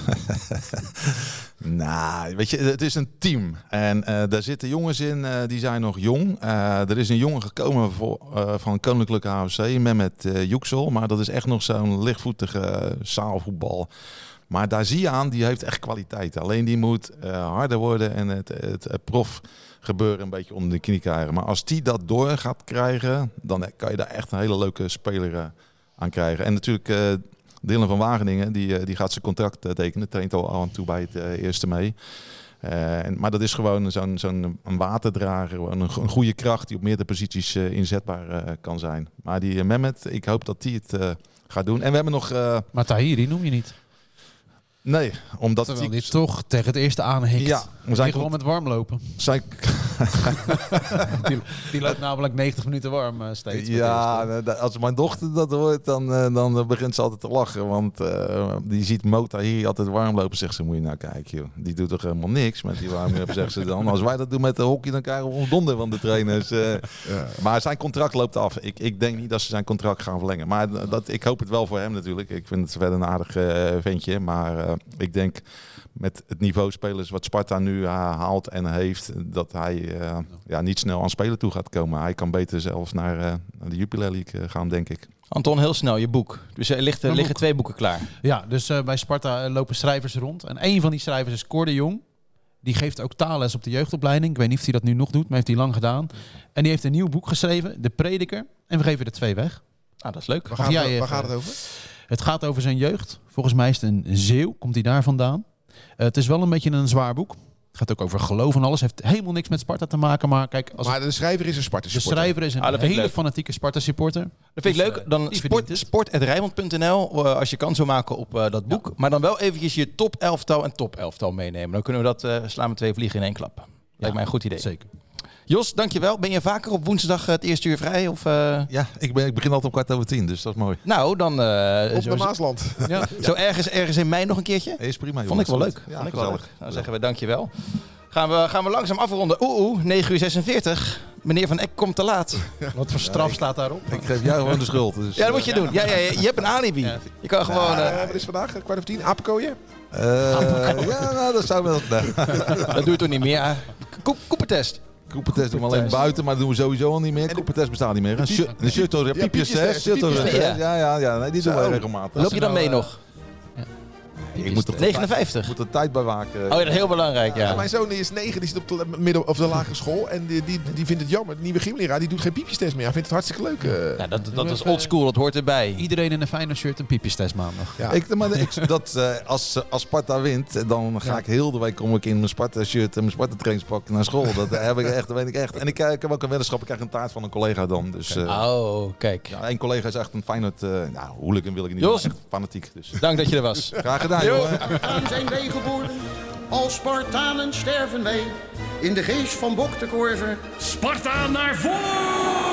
S3: nou, weet je, het is een team. En uh, daar zitten jongens in, uh, die zijn nog jong. Uh, er is een jongen gekomen voor, uh, van Koninklijke H F C, met uh, Yüksel. Maar dat is echt nog zo'n lichtvoetige uh, zaalvoetbal. Maar daar zie je aan, die heeft echt kwaliteit. Alleen die moet uh, harder worden en het, het, het prof gebeuren een beetje onder de knie krijgen. Maar als die dat door gaat krijgen, dan kan je daar echt een hele leuke speler uh, aan krijgen. En natuurlijk... Uh, Dylan van Wageningen, die, die gaat zijn contract tekenen. Traint al af en toe bij het uh, eerste mee. Uh, en, maar dat is gewoon zo'n zo'n een waterdrager. Een, een goede kracht die op meerdere posities uh, inzetbaar uh, kan zijn. Maar die uh, Mehmet, ik hoop dat die het uh, gaat doen. En we hebben nog... Uh,
S4: Maar Tahiri noem je niet.
S3: Nee, omdat...
S4: Terwijl
S3: die,
S4: die toch tegen het eerste aanhikt.
S3: Ja, we zijn
S4: gewoon met warm lopen.
S3: Zijn,
S4: die, die loopt namelijk negentig minuten warm uh, steeds.
S3: ja, als mijn dochter dat hoort, dan, uh, dan begint ze altijd te lachen. Want uh, die ziet Mota hier altijd warm lopen. Zegt ze, moet je nou kijken, joh. Die doet toch helemaal niks met die warm lopen, zegt ze dan. Als wij dat doen met de hockey, dan krijgen we ons donder van de trainers. Uh, ja. Maar zijn contract loopt af. Ik, ik denk niet dat ze zijn contract gaan verlengen. Maar dat, ik hoop het wel voor hem natuurlijk. Ik vind het verder een aardig uh, ventje. Maar uh, ik denk met het niveau spelers wat Sparta nu uh, haalt en heeft, dat hij uh, ja, niet snel aan spelen toe gaat komen. Hij kan beter zelfs naar, uh, naar de Jupiler League uh, gaan, denk ik.
S2: Anton, heel snel, je boek. Dus er ligt, liggen boek. twee boeken klaar.
S4: Ja, dus uh, bij Sparta lopen schrijvers rond. En een van die schrijvers is Cor de Jong. Die geeft ook taalles op de jeugdopleiding. Ik weet niet of hij dat nu nog doet, maar heeft hij lang gedaan. En die heeft een nieuw boek geschreven, De Prediker. En we geven er twee weg.
S2: Ah, dat is leuk.
S5: Waar, gaat,
S4: jij
S5: het, waar
S4: even,
S5: gaat het over?
S4: Het gaat over zijn jeugd. Volgens mij is het een Zeeuw, komt hij daar vandaan. Uh, het is wel een beetje een zwaar boek. Het gaat ook over geloof en alles. Heeft helemaal niks met Sparta te maken. Maar kijk, als
S5: maar de schrijver is een Sparta
S4: de
S5: supporter.
S4: schrijver is een
S2: ah,
S4: hele
S2: leuk.
S4: fanatieke Sparta supporter.
S2: Dat vind ik
S4: dus,
S2: leuk. Dan
S4: uh,
S2: sport, sport at rijnmond punt n l uh, als je kans wil maken op uh, dat boek. Ja. Maar dan wel eventjes je top elftal en top elftal meenemen. Dan kunnen we dat uh, slaan met twee vliegen in één klap. Lijkt ja, mij een goed idee.
S4: Zeker.
S2: Jos, dankjewel. Ben je vaker op woensdag het eerste uur vrij? Of, uh...
S3: Ja, ik, ben, ik begin altijd om kwart over tien, dus dat is mooi.
S2: Nou, dan... Uh,
S5: op
S2: zo,
S5: de Maasland.
S2: Ja. Zo ergens, ergens in mei nog een keertje?
S3: Is prima, jongens.
S2: Vond ik wel leuk.
S3: Ja,
S2: Vond ik
S3: gezellig.
S2: wel leuk. Nou zeggen we dankjewel. Gaan we, gaan we langzaam afronden. Oeh, oeh, negen uur zesenveertig. Meneer Van Eck komt te laat.
S4: Wat voor straf
S3: ja, ik,
S4: staat daarop?
S3: Ik geef jou gewoon de schuld. Dus,
S2: ja, dat moet je doen. Ja, ja, ja, je hebt een alibi. Ja. Je kan gewoon... Uh,
S5: uh, wat is vandaag? Kwart over tien? Apenkooien?
S3: Uh, ja, nou, dat zou wel... Nee.
S2: Dat doe je toch niet meer? Koepertest.
S3: Koepertest doen we alleen buiten, maar dat doen we sowieso al niet meer. Koepertest bestaat niet meer. Een shuttle, piepjestest. Ja, ja, ja. Nee, die doen we regelmatig.
S2: Loop je dan mee nog?
S3: Ik moet er
S2: negenenvijftig.
S3: moet er tijd bij waken.
S2: Oh ja, dat is heel belangrijk, ja.
S5: Ja, mijn zoon is negen, die zit op de midden of de lagere school. En die, die, die vindt het jammer. De nieuwe gymleraar die doet geen piepjestest meer. Hij vindt het hartstikke leuk. Uh.
S2: Ja, dat, dat is oldschool, dat hoort erbij.
S4: Iedereen in een Feyenoord shirt een piepjestest maandag.
S3: Ja. Ik, maar ik, dat, uh, als, als Sparta wint, dan ga ja. ik heel de week kom ik in mijn Sparta shirt en mijn Sparta trainingspak naar school. Dat heb ik echt, dat weet ik echt. En ik, ik heb ook een weddenschap, ik krijg een taart van een collega dan. Dus, uh,
S2: oh, kijk.
S3: Ja, een collega is echt een Feyenoord, uh, nou, hooligan wil ik niet,
S2: Jos,
S3: echt fanatiek. Dus.
S2: Dank dat je er was.
S3: Graag gedaan, jongen.
S7: Zijn wij geboren, als Spartanen sterven wij, in de geest van Bok de Korver.
S1: Sparta naar voren!